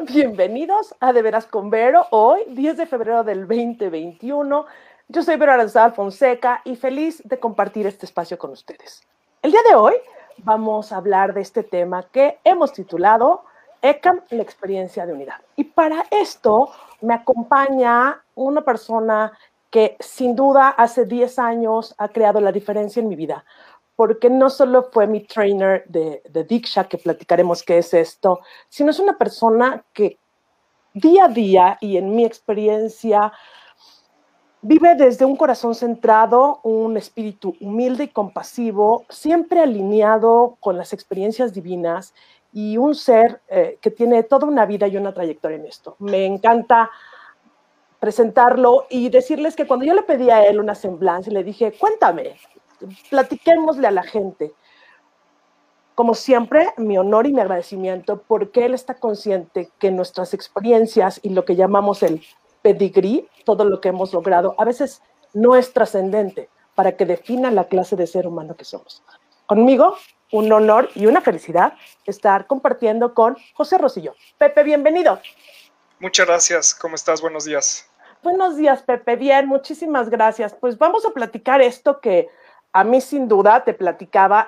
Bienvenidos a De Veras con Vero, hoy 10 de febrero del 2021. Yo soy Vero Aranzabal Fonseca y feliz de compartir este espacio con ustedes. El día de hoy vamos a hablar de este tema que hemos titulado ECAM, la experiencia de unidad. Y para esto me acompaña una persona que sin duda hace 10 años ha creado la diferencia en mi vida, porque no solo fue mi trainer de Diksha, que platicaremos qué es esto, sino es una persona que día a día y en mi experiencia vive desde un corazón centrado, un espíritu humilde y compasivo, siempre alineado con las experiencias divinas y un ser que tiene toda una vida y una trayectoria en esto. Me encanta presentarlo y decirles que cuando yo le pedí a él una semblanza, le dije, cuéntame, platiquémosle a la gente. Como siempre, mi honor y mi agradecimiento porque él está consciente que nuestras experiencias y lo que llamamos el pedigrí, todo lo que hemos logrado, a veces no es trascendente para que defina la clase de ser humano que somos. Conmigo, un honor y una felicidad estar compartiendo con José Rosillo. Pepe, bienvenido. Muchas gracias. ¿Cómo estás? Buenos días. Buenos días, Pepe. Bien, muchísimas gracias. Pues vamos a platicar esto que a mí sin duda te platicaba,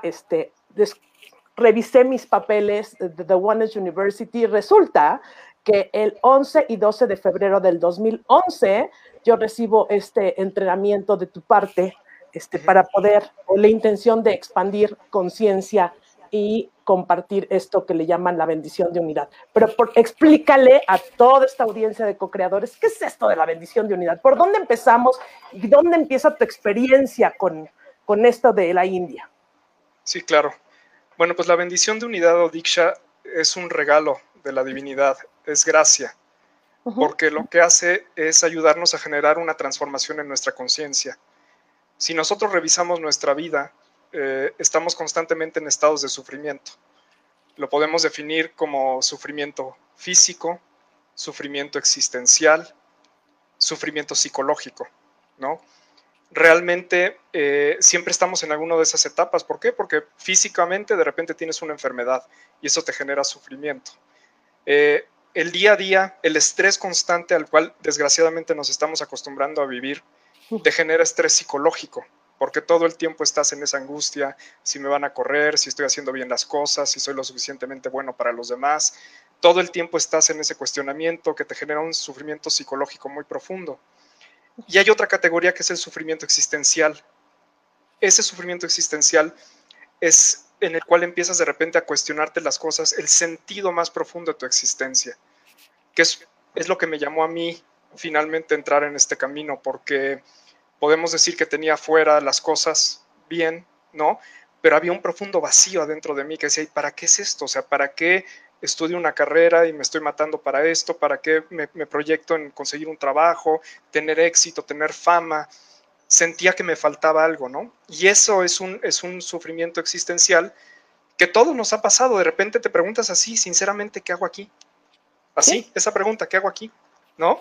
revisé mis papeles de The Oneness University y resulta que el 11 y 12 de febrero del 2011 yo recibo este entrenamiento de tu parte para poder, o la intención de expandir conciencia y compartir esto que le llaman la bendición de unidad. Pero explícale a toda esta audiencia de co-creadores, ¿qué es esto de la bendición de unidad? ¿Por dónde empezamos y dónde empieza tu experiencia con esto de la India? Sí, claro. Bueno, pues la bendición de unidad o Diksha es un regalo de la divinidad, es gracia, porque lo que hace es ayudarnos a generar una transformación en nuestra conciencia. Si nosotros revisamos nuestra vida, estamos constantemente en estados de sufrimiento. Lo podemos definir como sufrimiento físico, sufrimiento existencial, sufrimiento psicológico, ¿no? Realmente siempre estamos en alguna de esas etapas. ¿Por qué? Porque físicamente de repente tienes una enfermedad y eso te genera sufrimiento. El día a día, el estrés constante al cual desgraciadamente nos estamos acostumbrando a vivir, te genera estrés psicológico, porque todo el tiempo estás en esa angustia, si me van a correr, si estoy haciendo bien las cosas, si soy lo suficientemente bueno para los demás. Todo el tiempo estás en ese cuestionamiento que te genera un sufrimiento psicológico muy profundo. Y hay otra categoría que es el sufrimiento existencial. Ese sufrimiento existencial es en el cual empiezas de repente a cuestionarte las cosas, el sentido más profundo de tu existencia, que es lo que me llamó a mí finalmente entrar en este camino, porque podemos decir que tenía fuera las cosas bien, ¿no? Pero había un profundo vacío adentro de mí que decía, ¿y para qué es esto? O sea, ¿para qué estudio una carrera y me estoy matando para esto? ¿Para qué me proyecto en conseguir un trabajo, tener éxito, tener fama? Sentía que me faltaba algo, ¿no? Y eso es un sufrimiento existencial que todos nos ha pasado. De repente te preguntas así, sinceramente, ¿qué hago aquí? Así, ¿Sí? esa pregunta, ¿qué hago aquí? ¿No?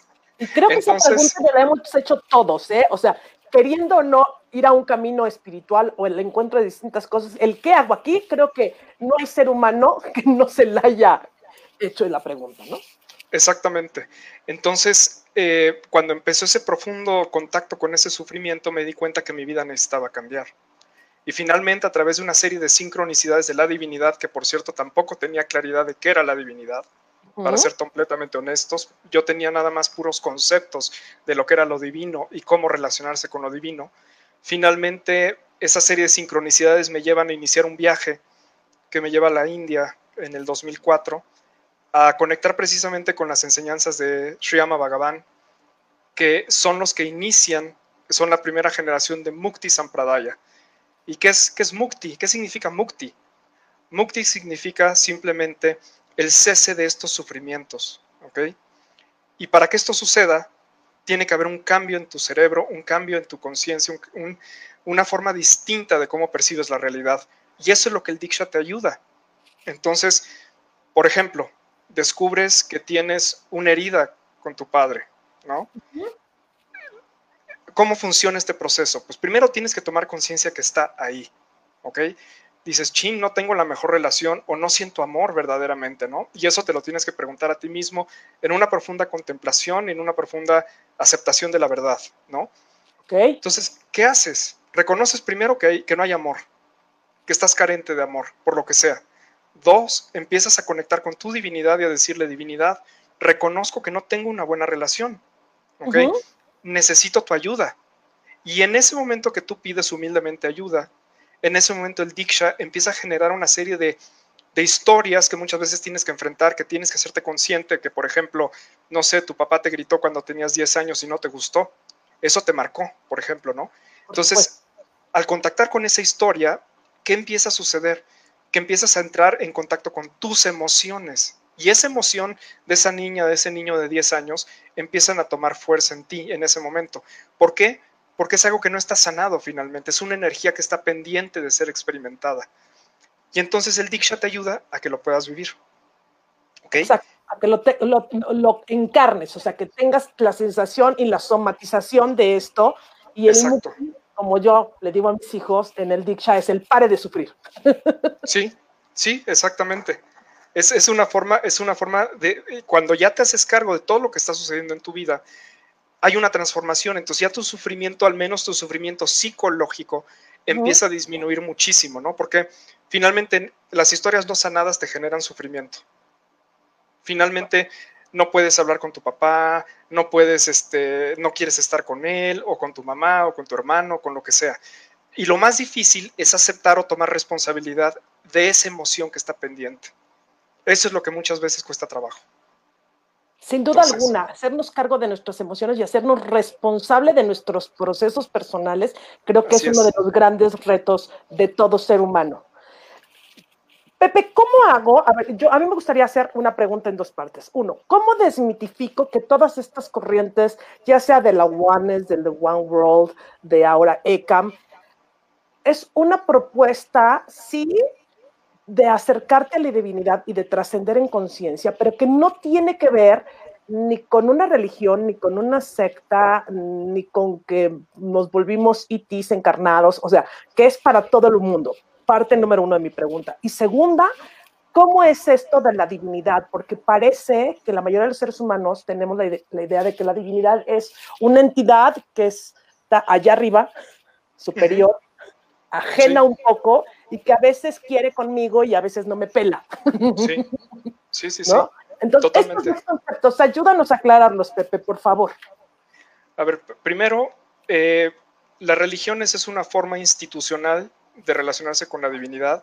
Y creo que esa pregunta Entonces, la hemos hecho todos, ¿eh? O sea, queriendo o no ir a un camino espiritual o el encuentro de distintas cosas, el qué hago aquí, creo que no hay ser humano que no se la haya hecho en la pregunta, ¿no? exactamente. Entonces, cuando empezó ese profundo contacto con ese sufrimiento, me di cuenta que mi vida necesitaba cambiar. Y finalmente, a través de una serie de sincronicidades de la divinidad, que por cierto tampoco tenía claridad de qué era la divinidad, para ser completamente honestos, yo tenía nada más puros conceptos de lo que era lo divino y cómo relacionarse con lo divino. Finalmente, esa serie de sincronicidades me llevan a iniciar un viaje que me lleva a la India en el 2004, a conectar precisamente con las enseñanzas de Sriyama Bhagavan, que son los que inician, son la primera generación de Mukti Sampradaya. ¿Y qué es Mukti? ¿Qué significa Mukti? Mukti significa simplemente el cese de estos sufrimientos, ¿ok? Y para que esto suceda, tiene que haber un cambio en tu cerebro, un cambio en tu conciencia, una forma distinta de cómo percibes la realidad. Y eso es lo que el Diksha te ayuda. Entonces, por ejemplo, descubres que tienes una herida con tu padre, ¿no? ¿Cómo funciona este proceso? Pues primero tienes que tomar conciencia que está ahí, ¿ok? dices, chin, no tengo la mejor relación o no siento amor verdaderamente, ¿no? Y eso te lo tienes que preguntar a ti mismo en una profunda contemplación, en una profunda aceptación de la verdad, ¿no? Okay. Entonces, ¿qué haces? Reconoces primero que no hay amor, que estás carente de amor, por lo que sea. 2, empiezas a conectar con tu divinidad y a decirle, divinidad, reconozco que no tengo una buena relación, ¿ok? Necesito tu ayuda. Y en ese momento que tú pides humildemente ayuda, en ese momento el Diksha empieza a generar una serie de historias que muchas veces tienes que enfrentar, que tienes que hacerte consciente, que por ejemplo, no sé, tu papá te gritó cuando tenías 10 años y no te gustó. Eso te marcó, por ejemplo, ¿no? Entonces, al contactar con esa historia, ¿qué empieza a suceder? Que empiezas a entrar en contacto con tus emociones. Y esa emoción de esa niña, de ese niño de 10 años, empiezan a tomar fuerza en ti en ese momento. ¿Por qué? Porque es algo que no está sanado finalmente, es una energía que está pendiente de ser experimentada. Y entonces el Diksha te ayuda a que lo puedas vivir. ¿Okay? Exacto, a que lo encarnes, o sea, que tengas la sensación y la somatización de esto. Y el Exacto. Mukti, como yo le digo a mis hijos en el Diksha, es el pare de sufrir. Sí, sí, exactamente. Es una forma de, cuando ya te haces cargo de todo lo que está sucediendo en tu vida, hay una transformación, entonces ya tu sufrimiento, al menos tu sufrimiento psicológico, empieza a disminuir muchísimo, ¿no? Porque finalmente las historias no sanadas te generan sufrimiento. Finalmente no puedes hablar con tu papá, no puedes, no quieres estar con él, o con tu mamá, o con tu hermano, con lo que sea. Y lo más difícil es aceptar o tomar responsabilidad de esa emoción que está pendiente. Eso es lo que muchas veces cuesta trabajo. Sin duda alguna, hacernos cargo de nuestras emociones y hacernos responsable de nuestros procesos personales, creo que es uno de los grandes retos de todo ser humano. Pepe, ¿cómo hago? A ver, a mí me gustaría hacer una pregunta en dos partes. Uno, ¿cómo desmitifico que todas estas corrientes, ya sea de la Oneness, del The One World, de ahora ECAM, es una propuesta, sí, de acercarte a la divinidad y de trascender en conciencia, pero que no tiene que ver ni con una religión, ni con una secta, ni con que nos volvimos ETs encarnados, o sea, que es para todo el mundo? Parte número uno de mi pregunta. Y segunda, ¿cómo es esto de la divinidad? Porque parece que la mayoría de los seres humanos tenemos la idea de que la divinidad es una entidad que está allá arriba, superior, ajena un poco, y que a veces quiere conmigo y a veces no me pela. Sí, sí, sí, ¿No? sí. Entonces, Totalmente. estos dos conceptos, ayúdanos a aclararlos, Pepe, por favor. A ver, primero, las religiones es una forma institucional de relacionarse con la divinidad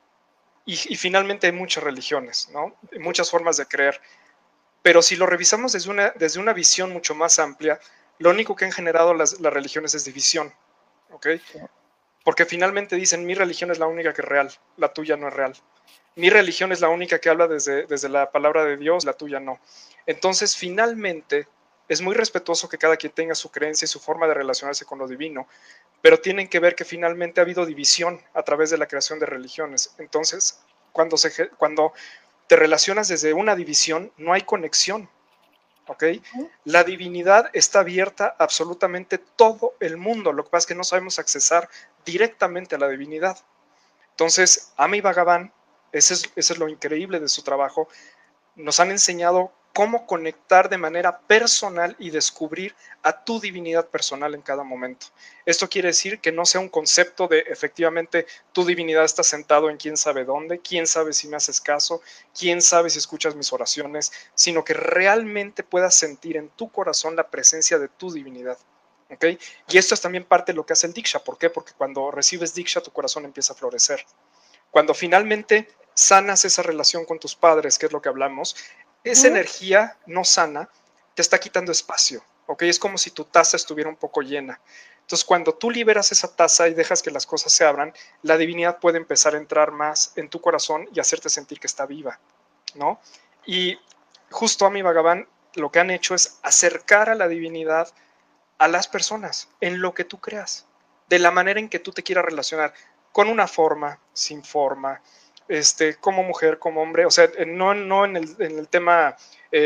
y finalmente hay muchas religiones, ¿no? Muchas formas de creer. Pero si lo revisamos desde una visión mucho más amplia, lo único que han generado las religiones es división, ¿ok? Porque finalmente dicen, mi religión es la única que es real, la tuya no es real. Mi religión es la única que habla desde la palabra de Dios, la tuya no. Entonces, finalmente, es muy respetuoso que cada quien tenga su creencia y su forma de relacionarse con lo divino, pero tienen que ver que finalmente ha habido división a través de la creación de religiones. Entonces, cuando te relacionas desde una división, no hay conexión, ¿ok? La divinidad está abierta a absolutamente todo el mundo, lo que pasa es que no sabemos accesar directamente a la divinidad. Entonces, Ami Bhagavan, eso es lo increíble de su trabajo, nos han enseñado cómo conectar de manera personal y descubrir a tu divinidad personal en cada momento. Esto quiere decir que no sea un concepto de efectivamente tu divinidad está sentado en quién sabe dónde, quién sabe si me haces caso, quién sabe si escuchas mis oraciones, sino que realmente puedas sentir en tu corazón la presencia de tu divinidad. ¿Okay? Y esto es también parte de lo que hace el Diksha. ¿Por qué? Porque cuando recibes Diksha tu corazón empieza a florecer. Cuando finalmente sanas esa relación con tus padres, que es lo que hablamos, esa energía no sana te está quitando espacio, ¿ok? Es como si tu taza estuviera un poco llena. Entonces, cuando tú liberas esa taza y dejas que las cosas se abran, la divinidad puede empezar a entrar más en tu corazón y hacerte sentir que está viva, ¿no? Y justo Ami Bhagavan lo que han hecho es acercar a la divinidad a las personas en lo que tú creas, de la manera en que tú te quieras relacionar, con una forma, sin forma, como mujer, como hombre, o sea, no en el tema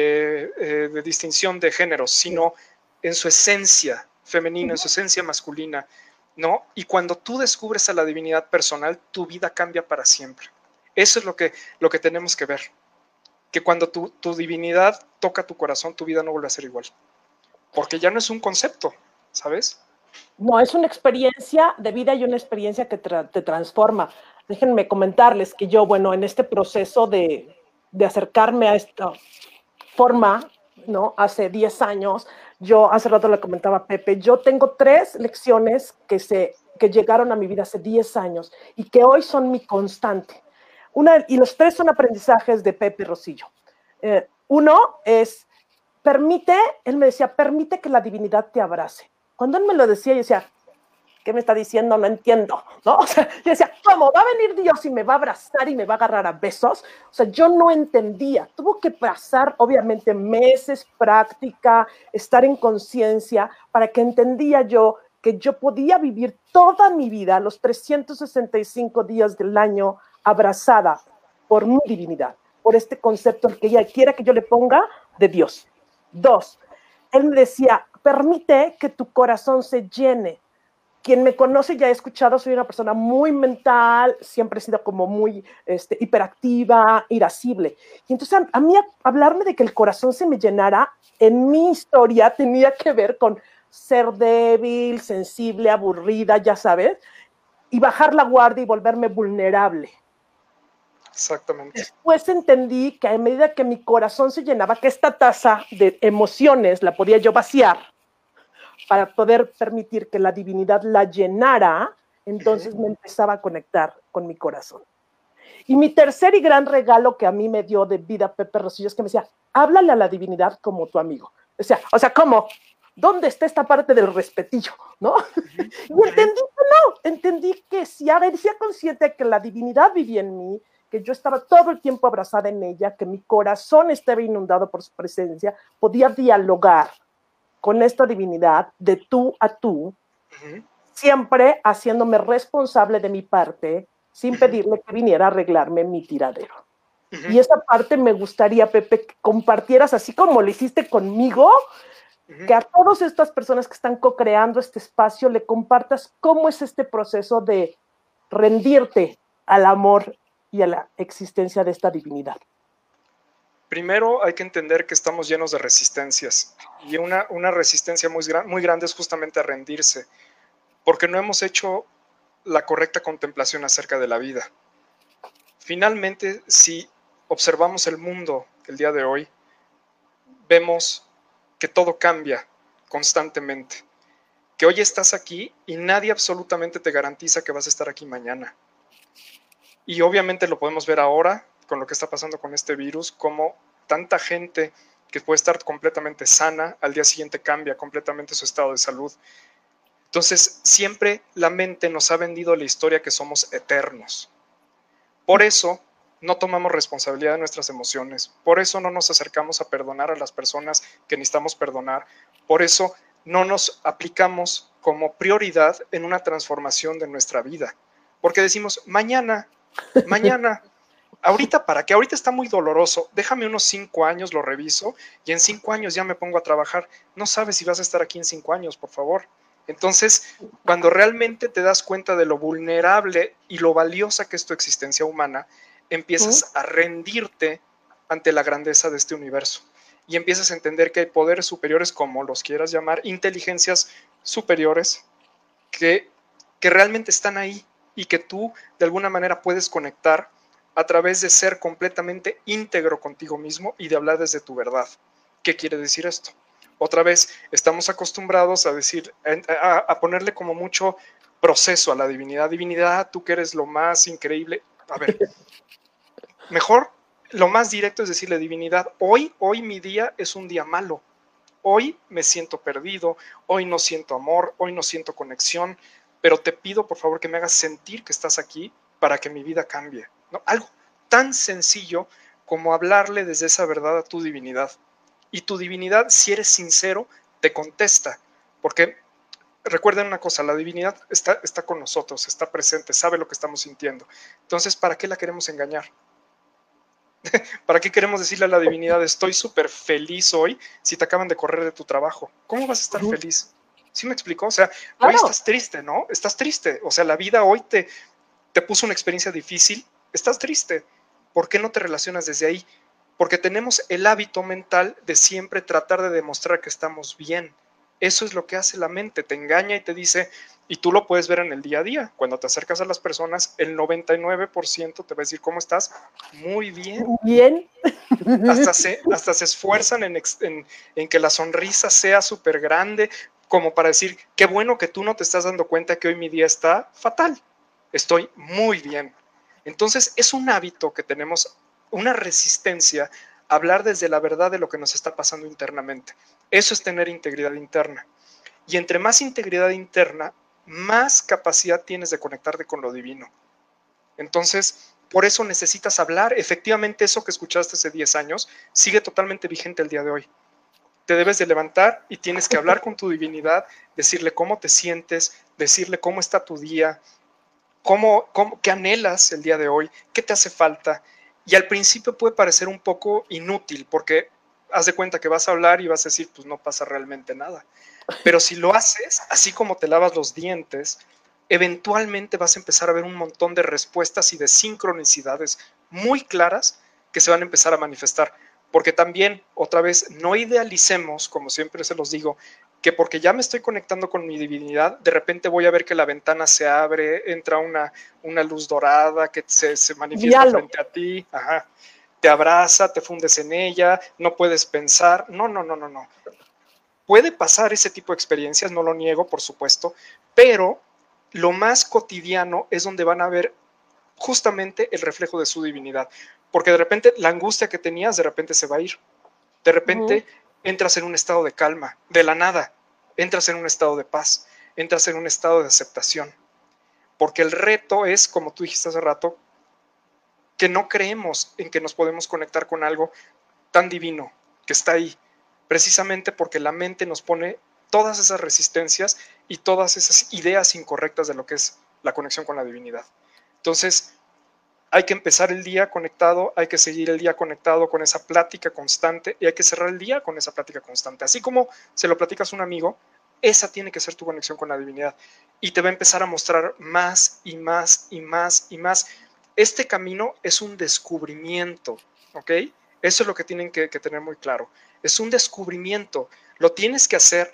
de distinción de géneros, sino en su esencia femenina, en su esencia masculina. ¿no? Y cuando tú descubres a la divinidad personal, tu vida cambia para siempre. Eso es lo que tenemos que ver. Que cuando tu divinidad toca tu corazón, tu vida no vuelve a ser igual. Porque ya no es un concepto, ¿sabes? No, es una experiencia de vida y una experiencia que te transforma. Déjenme comentarles que yo, bueno, en este proceso de acercarme a esta forma, ¿no? Hace 10 años, yo hace rato le comentaba a Pepe, yo tengo 3 lecciones que llegaron a mi vida hace 10 años y que hoy son mi constante. Y los 3 son aprendizajes de Pepe Rosillo. Uno es, él me decía, permite que la divinidad te abrace. Cuando él me lo decía, yo decía, ¿qué me está diciendo? No entiendo, ¿no? O sea, yo decía, ¿cómo? ¿Va a venir Dios y me va a abrazar y me va a agarrar a besos? O sea, yo no entendía. Tuvo que pasar, obviamente, meses, práctica, estar en conciencia, para que entendía yo que yo podía vivir toda mi vida, los 365 días del año, abrazada por mi divinidad, por este concepto que ella quiera que yo le ponga de Dios. 2, él me decía, permite que tu corazón se llene. Quien me conoce ya he escuchado, soy una persona muy mental, siempre he sido como muy hiperactiva, irascible. Y entonces a mí hablarme de que el corazón se me llenara, en mi historia tenía que ver con ser débil, sensible, aburrida, ya sabes, y bajar la guardia y volverme vulnerable. Exactamente. Después entendí que a medida que mi corazón se llenaba, que esta taza de emociones la podía yo vaciar, para poder permitir que la divinidad la llenara, entonces me empezaba a conectar con mi corazón. Y mi tercer y gran regalo que a mí me dio de vida Pepe Rosillo es que me decía, háblale a la divinidad como tu amigo. O sea, ¿cómo? ¿Dónde está esta parte del respetillo? ¿No? Y entendí que si decía consciente de que la divinidad vivía en mí, que yo estaba todo el tiempo abrazada en ella, que mi corazón estaba inundado por su presencia, podía dialogar con esta divinidad de tú a tú, siempre haciéndome responsable de mi parte, sin pedirle que viniera a arreglarme mi tiradero. Y esa parte me gustaría, Pepe, que compartieras, así como lo hiciste conmigo, que a todas estas personas que están co-creando este espacio le compartas cómo es este proceso de rendirte al amor y a la existencia de esta divinidad. Primero hay que entender que estamos llenos de resistencias y una resistencia muy grande es justamente a rendirse, porque no hemos hecho la correcta contemplación acerca de la vida. Finalmente, si observamos el mundo el día de hoy, vemos que todo cambia constantemente, que hoy estás aquí y nadie absolutamente te garantiza que vas a estar aquí mañana. Y obviamente lo podemos ver ahora con lo que está pasando con este virus, como tanta gente que puede estar completamente sana, al día siguiente cambia completamente su estado de salud. Entonces, siempre la mente nos ha vendido la historia que somos eternos. Por eso no tomamos responsabilidad de nuestras emociones, por eso no nos acercamos a perdonar a las personas que necesitamos perdonar, por eso no nos aplicamos como prioridad en una transformación de nuestra vida, porque decimos, mañana, ahorita para qué, ahorita está muy doloroso, déjame unos 5 años, lo reviso y en 5 años ya me pongo a trabajar. No sabes si vas a estar aquí en 5 años, por favor. Entonces, cuando realmente te das cuenta de lo vulnerable y lo valiosa que es tu existencia humana, empiezas a rendirte ante la grandeza de este universo y empiezas a entender que hay poderes superiores, como los quieras llamar, inteligencias superiores que realmente están ahí y que tú de alguna manera puedes conectar a través de ser completamente íntegro contigo mismo y de hablar desde tu verdad. ¿Qué quiere decir esto? Otra vez, estamos acostumbrados a decir, a ponerle como mucho proceso a la divinidad. Divinidad, tú que eres lo más increíble. A ver, mejor lo más directo es decirle, divinidad, hoy mi día es un día malo. Hoy me siento perdido, hoy no siento amor, hoy no siento conexión, pero te pido por favor que me hagas sentir que estás aquí para que mi vida cambie, ¿no? Algo tan sencillo como hablarle desde esa verdad a tu divinidad. Y tu divinidad, si eres sincero, te contesta, porque recuerden una cosa, la divinidad está con nosotros, está presente, sabe lo que estamos sintiendo. Entonces, ¿para qué la queremos engañar? ¿Para qué queremos decirle a la divinidad, estoy súper feliz hoy si te acaban de correr de tu trabajo? ¿Cómo vas a estar feliz? ¿Sí me explicó? O sea, hoy Claro. estás triste, ¿no? Estás triste. O sea, la vida hoy te puso una experiencia difícil, estás triste. ¿Por qué no te relacionas desde ahí? Porque tenemos el hábito mental de siempre tratar de demostrar que estamos bien. Eso es lo que hace la mente, te engaña y te dice, y tú lo puedes ver en el día a día, cuando te acercas a las personas, el 99% te va a decir, ¿cómo estás? Muy bien. Bien. Hasta se esfuerzan en que la sonrisa sea súper grande, como para decir, qué bueno que tú no te estás dando cuenta que hoy mi día está fatal, estoy muy bien. Entonces es un hábito que tenemos, una resistencia a hablar desde la verdad de lo que nos está pasando internamente. Eso es tener integridad interna. Y entre más integridad interna, más capacidad tienes de conectarte con lo divino. Entonces, por eso necesitas hablar. Efectivamente, eso que escuchaste hace 10 años sigue totalmente vigente el día de hoy. Te debes de levantar y tienes que hablar con tu divinidad, decirle cómo te sientes, decirle cómo está tu día, qué anhelas el día de hoy, qué te hace falta. Y al principio puede parecer un poco inútil porque haz de cuenta que vas a hablar y vas a decir, pues no pasa realmente nada. Pero si lo haces, así como te lavas los dientes, eventualmente vas a empezar a ver un montón de respuestas y de sincronicidades muy claras que se van a empezar a manifestar. Porque también, otra vez, no idealicemos, como siempre se los digo, que porque ya me estoy conectando con mi divinidad, de repente voy a ver que la ventana se abre, entra una luz dorada que se manifiesta Diálogo. frente a ti, ajá, te abraza, te fundes en ella, no puedes pensar. No, no, no, no, no. Puede pasar ese tipo de experiencias, no lo niego, por supuesto, pero lo más cotidiano es donde van a ver justamente el reflejo de su divinidad, porque de repente la angustia que tenías de repente se va a ir, de repente entras en un estado de calma, de la nada, entras en un estado de paz, entras en un estado de aceptación, porque el reto es, como tú dijiste hace rato, que no creemos en que nos podemos conectar con algo tan divino que está ahí, precisamente porque la mente nos pone todas esas resistencias y todas esas ideas incorrectas de lo que es la conexión con la divinidad. Entonces, hay que empezar el día conectado, hay que seguir el día conectado con esa plática constante y hay que cerrar el día con esa plática constante. Así como se lo platicas a un amigo, esa tiene que ser tu conexión con la divinidad y te va a empezar a mostrar más y más y más y más. Este camino es un descubrimiento, ¿ok? Eso es lo que tienen que tener muy claro. Es un descubrimiento. Lo tienes que hacer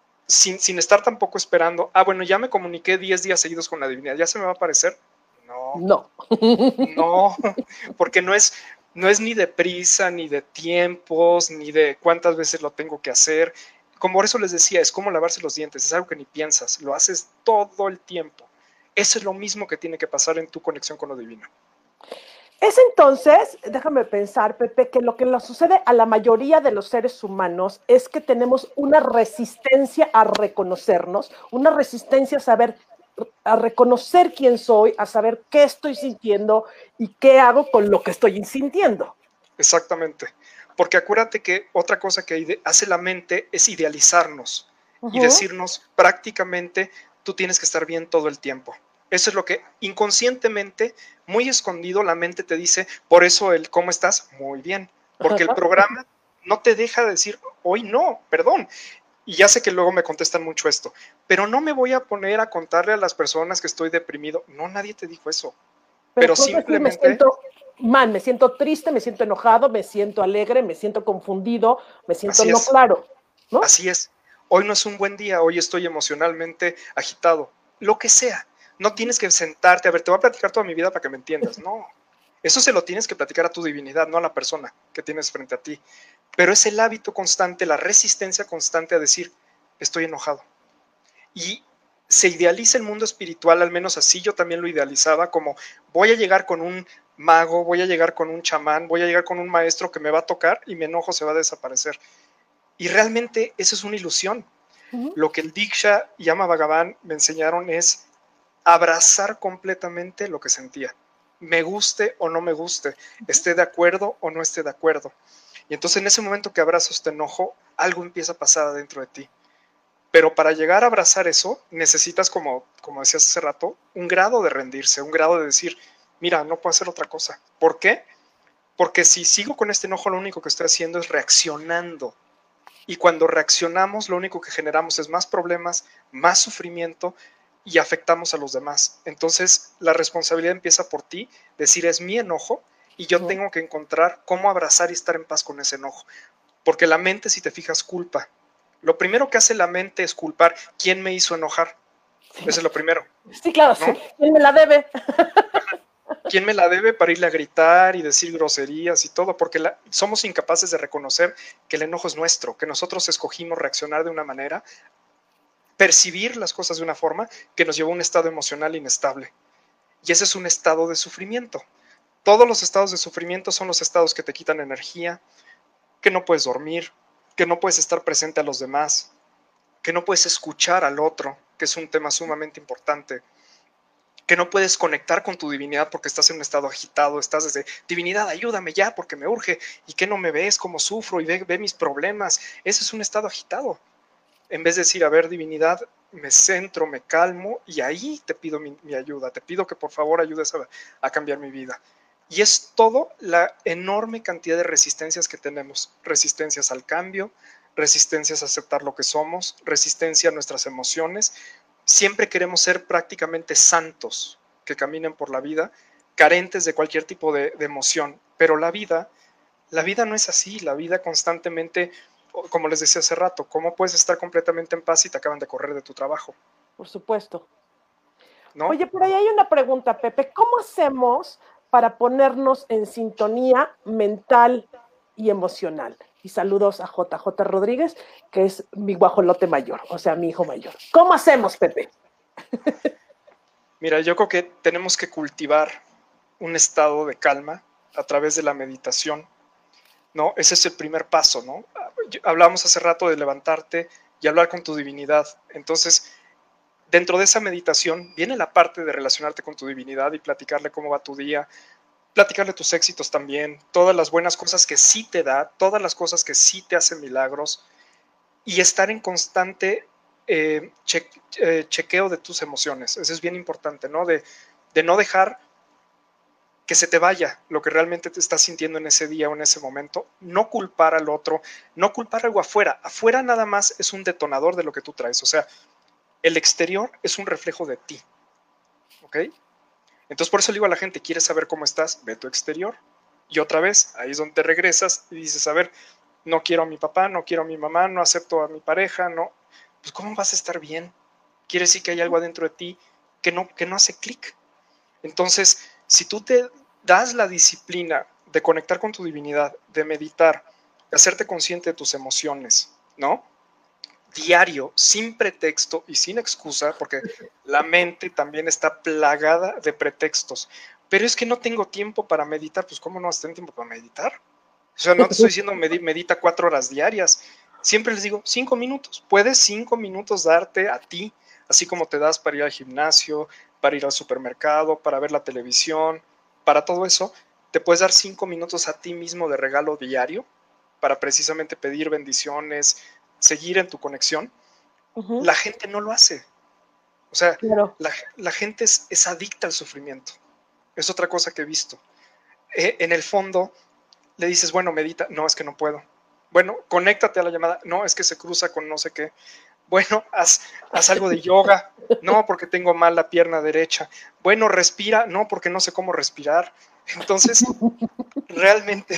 sin estar tampoco esperando, bueno, ya me comuniqué 10 días seguidos con la divinidad, ¿ya se me va a aparecer? No, No. no, porque no es ni de prisa, ni de tiempos, ni de cuántas veces lo tengo que hacer. Como por eso les decía, es como lavarse los dientes, es algo que ni piensas, lo haces todo el tiempo. Eso es lo mismo que tiene que pasar en tu conexión con lo divino. Es entonces, déjame pensar, Pepe, que lo que nos sucede a la mayoría de los seres humanos es que tenemos una resistencia a reconocernos, una resistencia a reconocer quién soy, a saber qué estoy sintiendo y qué hago con lo que estoy sintiendo. Exactamente. Porque acuérdate que otra cosa que hace la mente es idealizarnos y decirnos prácticamente tú tienes que estar bien todo el tiempo. Eso es lo que inconscientemente, muy escondido, la mente te dice, por eso el cómo estás, muy bien. Porque el programa no te deja decir, hoy no, perdón. Y ya sé que luego me contestan mucho esto, pero no me voy a poner a contarle a las personas que estoy deprimido. No, nadie te dijo eso. Pero Pero puedes decir, me simplemente, siento mal, me siento triste, me siento enojado, me siento alegre, me siento confundido, me siento así no es. claro, ¿no? Así es. Hoy no es un buen día, hoy estoy emocionalmente agitado. Lo que sea. No tienes que sentarte, a ver, te voy a platicar toda mi vida para que me entiendas. No. Eso se lo tienes que platicar a tu divinidad, no a la persona que tienes frente a ti. Pero es el hábito constante, la resistencia constante a decir, estoy enojado. Y se idealiza el mundo espiritual, al menos así yo también lo idealizaba, como voy a llegar con un mago, voy a llegar con un chamán, voy a llegar con un maestro que me va a tocar y mi enojo se va a desaparecer. Y realmente eso es una ilusión. Lo que el Diksha y Ama Bhagavan me enseñaron es abrazar completamente lo que sentía. Me guste o no me guste, esté de acuerdo o no esté de acuerdo. Y entonces en ese momento que abrazo este enojo, algo empieza a pasar dentro de ti. Pero para llegar a abrazar eso, necesitas, como decías hace rato, un grado de rendirse, un grado de decir, mira, no puedo hacer otra cosa. ¿Por qué? Porque si sigo con este enojo, lo único que estoy haciendo es reaccionando. Y cuando reaccionamos, lo único que generamos es más problemas, más sufrimiento y afectamos a los demás. Entonces, la responsabilidad empieza por ti, decir es mi enojo y yo tengo que encontrar cómo abrazar y estar en paz con ese enojo. Porque la mente, si te fijas, culpa. Lo primero que hace la mente es culpar. ¿Quién me hizo enojar? Sí. Eso es lo primero. Sí, claro, ¿no? sí. ¿Quién me la debe? ¿Quién me la debe para irle a gritar y decir groserías y todo? Porque somos incapaces de reconocer que el enojo es nuestro, que nosotros escogimos reaccionar de una manera, percibir las cosas de una forma que nos llevó a un estado emocional inestable. Y ese es un estado de sufrimiento. Todos los estados de sufrimiento son los estados que te quitan energía, que no puedes dormir, que no puedes estar presente a los demás, que no puedes escuchar al otro, que es un tema sumamente importante, que no puedes conectar con tu divinidad porque estás en un estado agitado, estás desde, divinidad, ayúdame ya porque me urge, y que no me ves, cómo sufro y ve mis problemas. Ese es un estado agitado. En vez de decir, a ver, divinidad, me centro, me calmo y ahí te pido mi ayuda, te pido que por favor ayudes a cambiar mi vida. Y es todo la enorme cantidad de resistencias que tenemos, resistencias al cambio, resistencias a aceptar lo que somos, resistencia a nuestras emociones. Siempre queremos ser prácticamente santos que caminen por la vida, carentes de cualquier tipo de emoción, pero la vida no es así, la vida constantemente, como les decía hace rato, ¿cómo puedes estar completamente en paz si te acaban de correr de tu trabajo? Por supuesto. ¿No? Oye, por ahí hay una pregunta, Pepe. ¿Cómo hacemos para ponernos en sintonía mental y emocional? Y saludos a JJ Rodríguez, que es mi guajolote mayor, o sea, mi hijo mayor. ¿Cómo hacemos, Pepe? Mira, yo creo que tenemos que cultivar un estado de calma a través de la meditación, ¿no? Ese es el primer paso, ¿no? Hablamos hace rato de levantarte y hablar con tu divinidad. Entonces, dentro de esa meditación viene la parte de relacionarte con tu divinidad y platicarle cómo va tu día, platicarle tus éxitos también, todas las buenas cosas que sí te da, todas las cosas que sí te hacen milagros y estar en constante chequeo de tus emociones. Eso es bien importante, ¿no? De no dejar que se te vaya lo que realmente te estás sintiendo en ese día o en ese momento, no culpar al otro, no culpar algo afuera. Afuera nada más es un detonador de lo que tú traes, o sea, el exterior es un reflejo de ti, ¿ok? Entonces por eso le digo a la gente, ¿quieres saber cómo estás? Ve tu exterior. Y otra vez, ahí es donde te regresas y dices, a ver, no quiero a mi papá, no quiero a mi mamá, no acepto a mi pareja, no. Pues ¿cómo vas a estar bien? Quiere decir que hay algo adentro de ti que no hace clic. Entonces, si tú te das la disciplina de conectar con tu divinidad, de meditar, de hacerte consciente de tus emociones, ¿no? Diario, sin pretexto y sin excusa, porque la mente también está plagada de pretextos. Pero es que no tengo tiempo para meditar, pues ¿cómo no vas a tener tiempo para meditar? O sea, no te estoy diciendo medita 4 horas diarias. Siempre les digo 5 minutos. Puedes 5 minutos darte a ti, así como te das para ir al gimnasio, para ir al supermercado, para ver la televisión, para todo eso. Te puedes dar 5 minutos a ti mismo de regalo diario para precisamente pedir bendiciones, seguir en tu conexión. La gente no lo hace. O sea, Claro. la gente es adicta al sufrimiento. Es otra cosa que he visto. En el fondo, le dices, bueno, medita, no, es que no puedo. Bueno, conéctate a la llamada, no, es que se cruza con no sé qué. Bueno, haz algo de yoga, no, porque tengo mal la pierna derecha. Bueno, respira, no, porque no sé cómo respirar. Entonces, realmente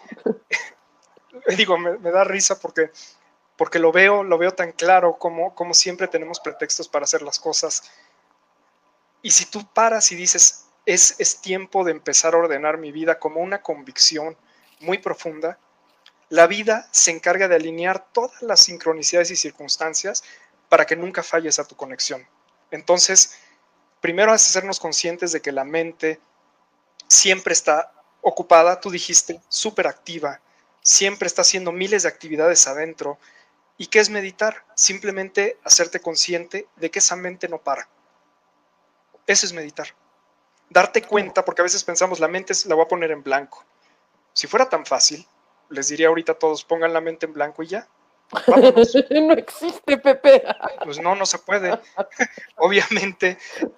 digo, me da risa porque lo veo tan claro como siempre tenemos pretextos para hacer las cosas. Y si tú paras y dices, es tiempo de empezar a ordenar mi vida como una convicción muy profunda, la vida se encarga de alinear todas las sincronicidades y circunstancias para que nunca falles a tu conexión. Entonces, primero es hacernos conscientes de que la mente siempre está ocupada, tú dijiste, súper activa, siempre está haciendo miles de actividades adentro. ¿Y qué es meditar? Simplemente hacerte consciente de que esa mente no para. Eso es meditar. Darte cuenta, porque a veces pensamos, la mente la voy a poner en blanco. Si fuera tan fácil, les diría ahorita a todos, pongan la mente en blanco y ya. Vámonos. No existe, Pepe. Pues no se puede. Obviamente,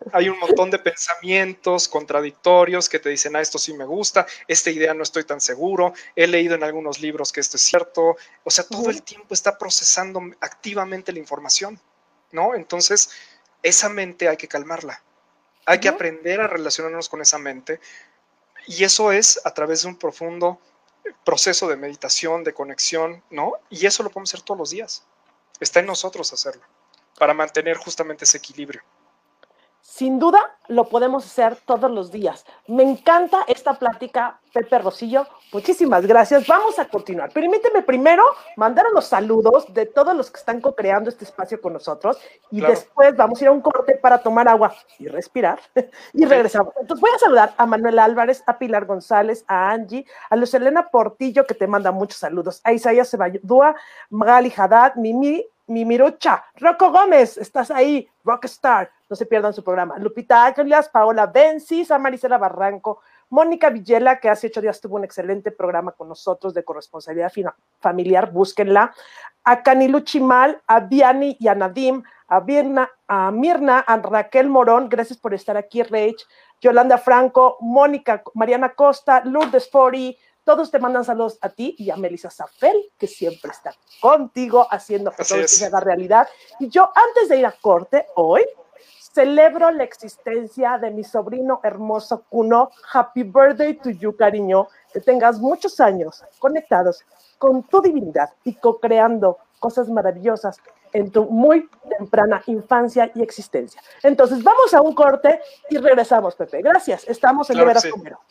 Hay un montón de pensamientos contradictorios que te dicen, esto sí me gusta, esta idea no estoy tan seguro, he leído en algunos libros que esto es cierto. O sea, todo el tiempo está procesando activamente la información, ¿no? Entonces, esa mente hay que calmarla. Hay que aprender a relacionarnos con esa mente, y eso es a través de un profundo proceso de meditación, de conexión, ¿no? Y eso lo podemos hacer todos los días. Está en nosotros hacerlo, para mantener justamente ese equilibrio. Sin duda, lo podemos hacer todos los días. Me encanta esta plática, Pepe Rosillo. Muchísimas gracias. Vamos a continuar. Permíteme primero mandar unos saludos de todos los que están co-creando este espacio con nosotros y Claro. después vamos a ir a un corte para tomar agua y respirar y regresamos. Entonces voy a saludar a Manuel Álvarez, a Pilar González, a Angie, a Luz Elena Portillo, que te manda muchos saludos, a Isaías Sebaldúa, Magali Haddad, Mimirucha, Rocco Gómez, estás ahí, Rockstar, no se pierdan su programa. Lupita Águilas, Paola Bencis, a Marisela Barranco, Mónica Villela, que hace 8 días tuvo un excelente programa con nosotros de corresponsabilidad familiar, búsquenla. A Canilu Chimal, a Viani y a Nadim, a Mirna, a Raquel Morón, gracias por estar aquí, Rach, Yolanda Franco, Mónica, Mariana Costa, Lourdes Fori, todos te mandan saludos a ti y a Melissa Zafel, que siempre está contigo haciendo que todo esto se haga realidad. Y yo, antes de ir a corte, hoy, celebro la existencia de mi sobrino hermoso Kuno. Happy birthday to you, cariño. Que tengas muchos años conectados con tu divinidad y co-creando cosas maravillosas en tu muy temprana infancia y existencia. Entonces, vamos a un corte y regresamos, Pepe. Gracias. Estamos en De Veras con Vero.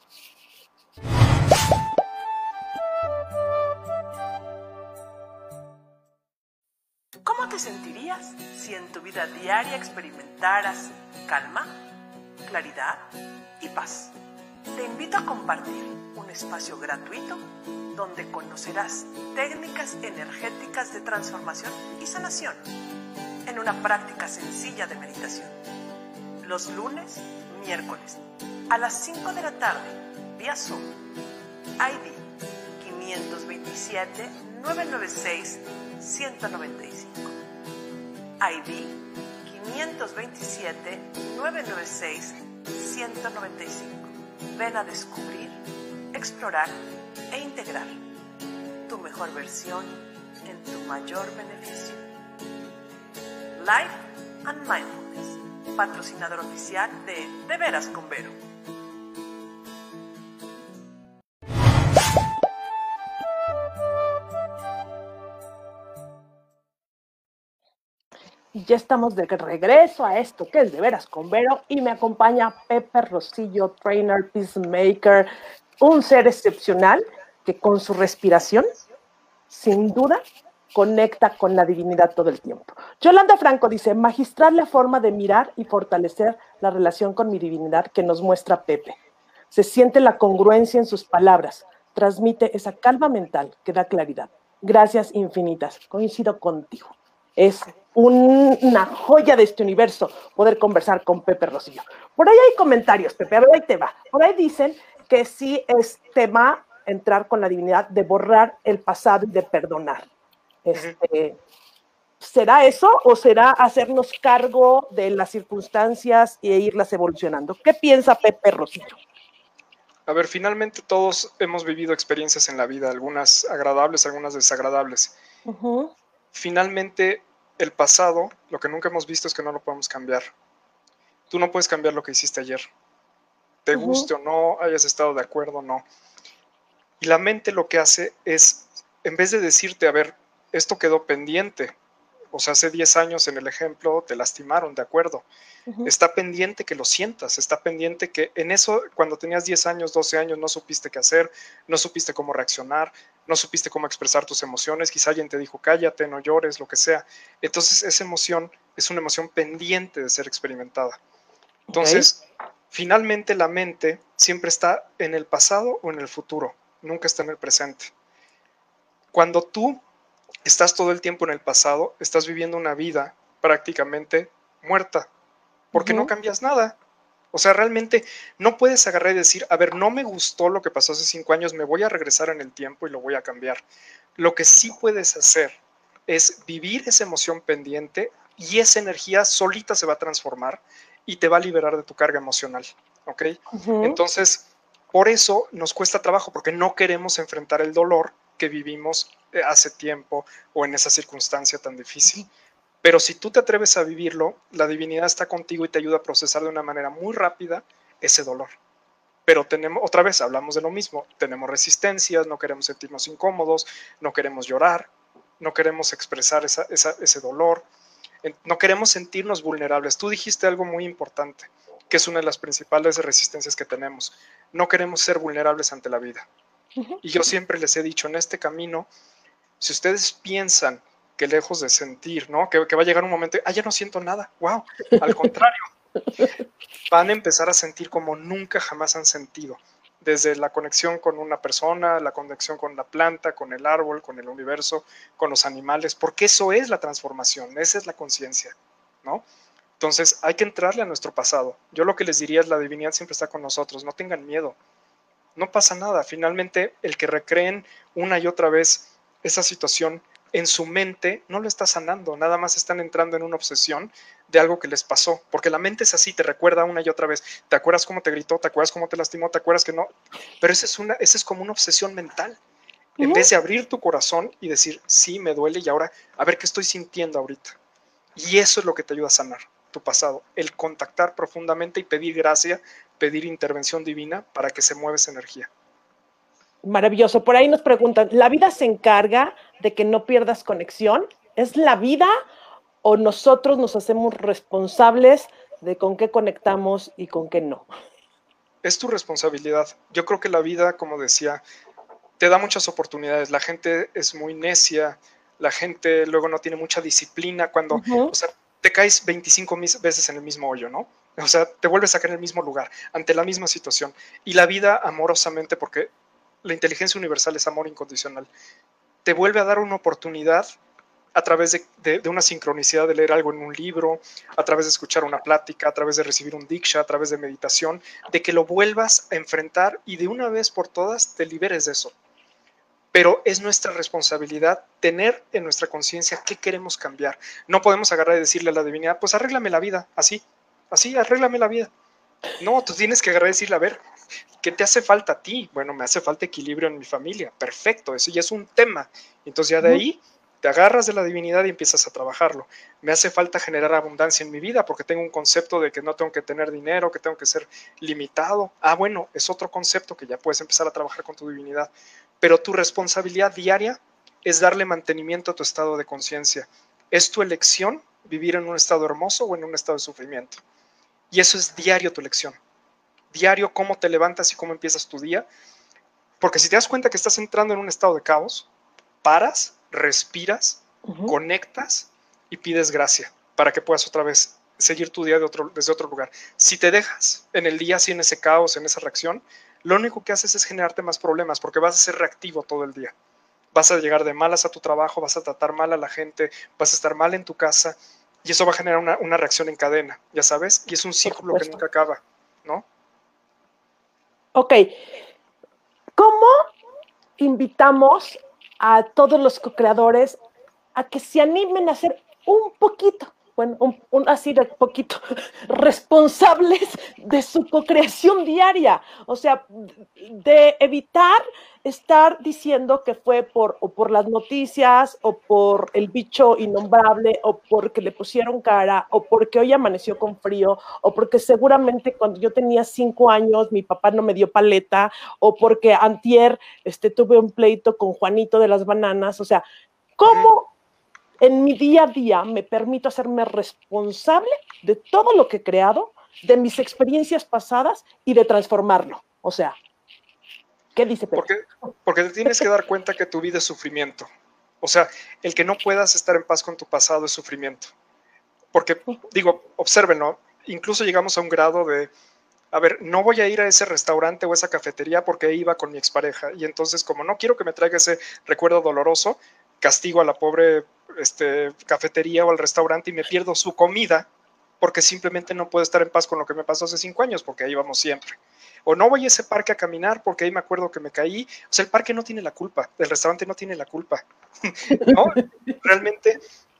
¿Cómo te sentirías si en tu vida diaria experimentaras calma, claridad y paz? Te invito a compartir un espacio gratuito donde conocerás técnicas energéticas de transformación y sanación en una práctica sencilla de meditación. Los lunes, miércoles, a las 5 de la tarde, vía Zoom, ID 527-996-195. ID 527-996-195. Ven a descubrir, explorar e integrar tu mejor versión en tu mayor beneficio. Life and Mindfulness, patrocinador oficial de Veras con Vero. Ya estamos de regreso a esto que es De Veras con Vero y me acompaña Pepe Rosillo, trainer, peacemaker, un ser excepcional que con su respiración, sin duda, conecta con la divinidad todo el tiempo. Yolanda Franco dice, magistral la forma de mirar y fortalecer la relación con mi divinidad que nos muestra Pepe. Se siente la congruencia en sus palabras, transmite esa calma mental que da claridad. Gracias infinitas, coincido contigo. Es una joya de este universo poder conversar con Pepe Rosillo. Por ahí hay comentarios, Pepe, a ver, ahí te va. Por ahí dicen que sí es tema entrar con la divinidad de borrar el pasado y de perdonar. ¿Será eso o será hacernos cargo de las circunstancias e irlas evolucionando? ¿Qué piensa Pepe Rosillo? A ver, finalmente todos hemos vivido experiencias en la vida, algunas agradables, algunas desagradables. Finalmente, el pasado, lo que nunca hemos visto es que no lo podemos cambiar. Tú no puedes cambiar lo que hiciste ayer. Te guste o no, hayas estado de acuerdo o no. Y la mente lo que hace es, en vez de decirte, a ver, esto quedó pendiente, o sea, hace 10 años en el ejemplo te lastimaron, de acuerdo. Está pendiente que lo sientas, está pendiente que en eso, cuando tenías 10 años, 12 años, no supiste qué hacer, no supiste cómo reaccionar, no supiste cómo expresar tus emociones, quizá alguien te dijo, cállate, no llores, lo que sea. Entonces, esa emoción es una emoción pendiente de ser experimentada. Entonces, finalmente la mente siempre está en el pasado o en el futuro, nunca está en el presente. Cuando tú estás todo el tiempo en el pasado, estás viviendo una vida prácticamente muerta, porque no cambias nada. O sea, realmente no puedes agarrar y decir, a ver, no me gustó lo que pasó hace 5 años, me voy a regresar en el tiempo y lo voy a cambiar. Lo que sí puedes hacer es vivir esa emoción pendiente y esa energía solita se va a transformar y te va a liberar de tu carga emocional, ¿ok? Entonces, por eso nos cuesta trabajo, porque no queremos enfrentar el dolor que vivimos hace tiempo o en esa circunstancia tan difícil. Pero si tú te atreves a vivirlo, la divinidad está contigo y te ayuda a procesar de una manera muy rápida ese dolor. Pero tenemos, otra vez, hablamos de lo mismo, tenemos resistencias, no queremos sentirnos incómodos, no queremos llorar, no queremos expresar ese dolor, no queremos sentirnos vulnerables. Tú dijiste algo muy importante, que es una de las principales resistencias que tenemos. No queremos ser vulnerables ante la vida. Y yo siempre les he dicho, en este camino, si ustedes piensan que lejos de sentir, ¿no? Que va a llegar un momento, ya no siento nada, wow, al contrario, van a empezar a sentir como nunca jamás han sentido, desde la conexión con una persona, la conexión con la planta, con el árbol, con el universo, con los animales, porque eso es la transformación, esa es la conciencia, ¿no? Entonces hay que entrarle a nuestro pasado. Yo lo que les diría es la divinidad siempre está con nosotros, no tengan miedo, no pasa nada. Finalmente, el que recreen una y otra vez esa situación en su mente no lo está sanando, nada más están entrando en una obsesión de algo que les pasó, porque la mente es así, te recuerda una y otra vez, te acuerdas cómo te gritó, te acuerdas cómo te lastimó, te acuerdas que no, pero esa es como una obsesión mental, en vez de abrir tu corazón y decir, sí, me duele y ahora, a ver qué estoy sintiendo ahorita, y eso es lo que te ayuda a sanar tu pasado, el contactar profundamente y pedir gracia, pedir intervención divina para que se mueva esa energía. Maravilloso. Por ahí nos preguntan, ¿la vida se encarga de que no pierdas conexión? ¿Es la vida o nosotros nos hacemos responsables de con qué conectamos y con qué no? Es tu responsabilidad. Yo creo que la vida, como decía, te da muchas oportunidades. La gente es muy necia, la gente luego no tiene mucha disciplina cuando, o sea, te caes 25 veces en el mismo hoyo, ¿no? O sea, te vuelves a caer en el mismo lugar, ante la misma situación. Y la vida amorosamente, porque la inteligencia universal es amor incondicional, te vuelve a dar una oportunidad a través de una sincronicidad de leer algo en un libro, a través de escuchar una plática, a través de recibir un diksha, a través de meditación, de que lo vuelvas a enfrentar y de una vez por todas te liberes de eso. Pero es nuestra responsabilidad tener en nuestra conciencia qué queremos cambiar. No podemos agarrar y decirle a la divinidad, pues arréglame la vida, así, arréglame la vida. No, tú tienes que agarrar y decirle, a ver, ¿qué te hace falta a ti? Bueno, me hace falta equilibrio en mi familia. Perfecto, eso ya es un tema. Entonces ya de ahí te agarras de la divinidad y empiezas a trabajarlo. Me hace falta generar abundancia en mi vida porque tengo un concepto de que no tengo que tener dinero, que tengo que ser limitado. Bueno, es otro concepto que ya puedes empezar a trabajar con tu divinidad. Pero tu responsabilidad diaria es darle mantenimiento a tu estado de conciencia. Es tu elección vivir en un estado hermoso o en un estado de sufrimiento. Y eso es diario tu elección. Diario cómo te levantas y cómo empiezas tu día. Porque si te das cuenta que estás entrando en un estado de caos, paras, respiras, conectas y pides gracia para que puedas otra vez seguir tu día desde otro lugar. Si te dejas en el día así en ese caos, en esa reacción, lo único que haces es generarte más problemas porque vas a ser reactivo todo el día. Vas a llegar de malas a tu trabajo, vas a tratar mal a la gente, vas a estar mal en tu casa y eso va a generar una reacción en cadena, ya sabes, y es un círculo que nunca acaba, ¿no? Ok, ¿cómo invitamos a todos los co-creadores a que se animen a ser un poquito, bueno, así de poquito, responsables de su co-creación diaria? O sea, de evitar estar diciendo que fue o por las noticias, o por el bicho innombrable, o porque le pusieron cara, o porque hoy amaneció con frío, o porque seguramente cuando yo tenía 5 años mi papá no me dio paleta, o porque antier tuve un pleito con Juanito de las bananas. O sea, ¿cómo en mi día a día me permito hacerme responsable de todo lo que he creado, de mis experiencias pasadas y de transformarlo? O sea, ¿qué dice Pedro? Porque te tienes que dar cuenta que tu vida es sufrimiento. O sea, el que no puedas estar en paz con tu pasado es sufrimiento. Porque, digo, obsérvenlo, incluso llegamos a un grado de, a ver, no voy a ir a ese restaurante o esa cafetería porque iba con mi expareja. Y entonces, como no quiero que me traiga ese recuerdo doloroso, castigo a la pobre cafetería o al restaurante y me pierdo su comida porque simplemente no puedo estar en paz con lo que me pasó hace 5 años, porque ahí vamos siempre. O no voy a ese parque a caminar porque ahí me acuerdo que me caí. O sea, el parque no tiene la culpa, el restaurante no tiene la culpa. ¿No? Realmente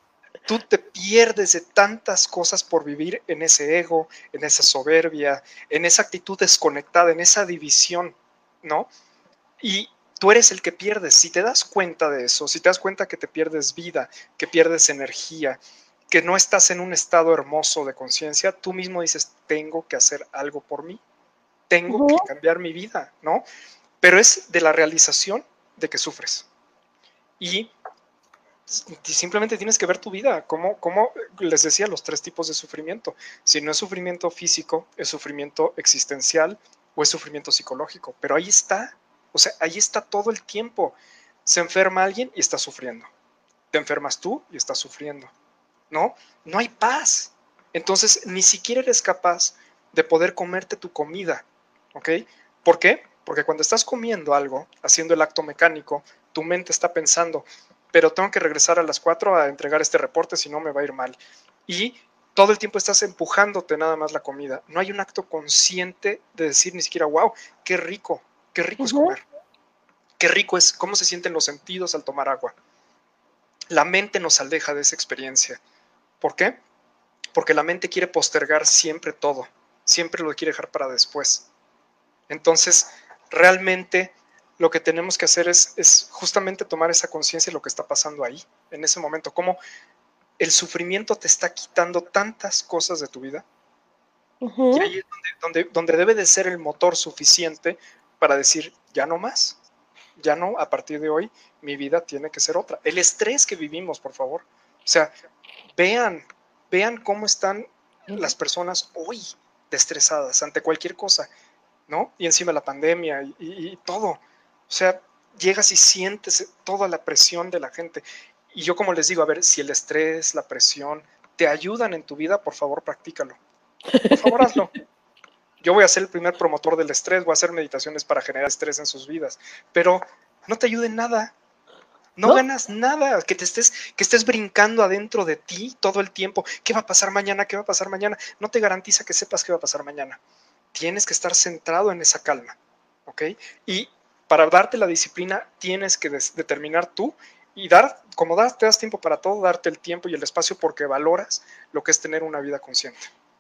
Tú te pierdes de tantas cosas por vivir en ese ego, en esa soberbia, en esa actitud desconectada, en esa división, ¿no? Y tú eres el que pierdes. Si te das cuenta de eso, si te das cuenta que te pierdes vida, que pierdes energía, que no estás en un estado hermoso de conciencia, tú mismo dices, tengo que hacer algo por mí, tengo que cambiar mi vida, ¿no? Pero es de la realización de que sufres. Y simplemente tienes que ver tu vida, como les decía, los 3 tipos de sufrimiento. Si no es sufrimiento físico, es sufrimiento existencial o es sufrimiento psicológico. Pero ahí está, o sea, ahí está todo el tiempo. Se enferma alguien y está sufriendo. Te enfermas tú y estás sufriendo. ¿No? No hay paz. Entonces, ni siquiera eres capaz de poder comerte tu comida. ¿Ok? ¿Por qué? Porque cuando estás comiendo algo, haciendo el acto mecánico, tu mente está pensando, pero tengo que regresar a las 4 a entregar este reporte, si no me va a ir mal. Y todo el tiempo estás empujándote nada más la comida. No hay un acto consciente de decir ni siquiera, wow, qué rico es comer. Qué rico es, cómo se sienten los sentidos al tomar agua. La mente nos aleja de esa experiencia. ¿Por qué? Porque la mente quiere postergar siempre todo, siempre lo quiere dejar para después. Entonces, realmente lo que tenemos que hacer es justamente tomar esa conciencia de lo que está pasando ahí, en ese momento, cómo el sufrimiento te está quitando tantas cosas de tu vida, y ahí es donde debe de ser el motor suficiente para decir, ya no más, ya no, a partir de hoy, mi vida tiene que ser otra. El estrés que vivimos, por favor. O sea, vean cómo están las personas hoy estresadas ante cualquier cosa, ¿no? Y encima la pandemia y todo. O sea, llegas y sientes toda la presión de la gente. Y yo como les digo, a ver, si el estrés, la presión te ayudan en tu vida, por favor, practícalo. Por favor, hazlo. Yo voy a ser el primer promotor del estrés, voy a hacer meditaciones para generar estrés en sus vidas, pero no te ayude en nada. No ganas nada, que estés brincando adentro de ti todo el tiempo. ¿Qué va a pasar mañana? ¿Qué va a pasar mañana? No te garantiza que sepas qué va a pasar mañana. Tienes que estar centrado en esa calma, ¿ok? Y para darte la disciplina tienes que determinar tú y te das tiempo para todo, darte el tiempo y el espacio porque valoras lo que es tener una vida consciente.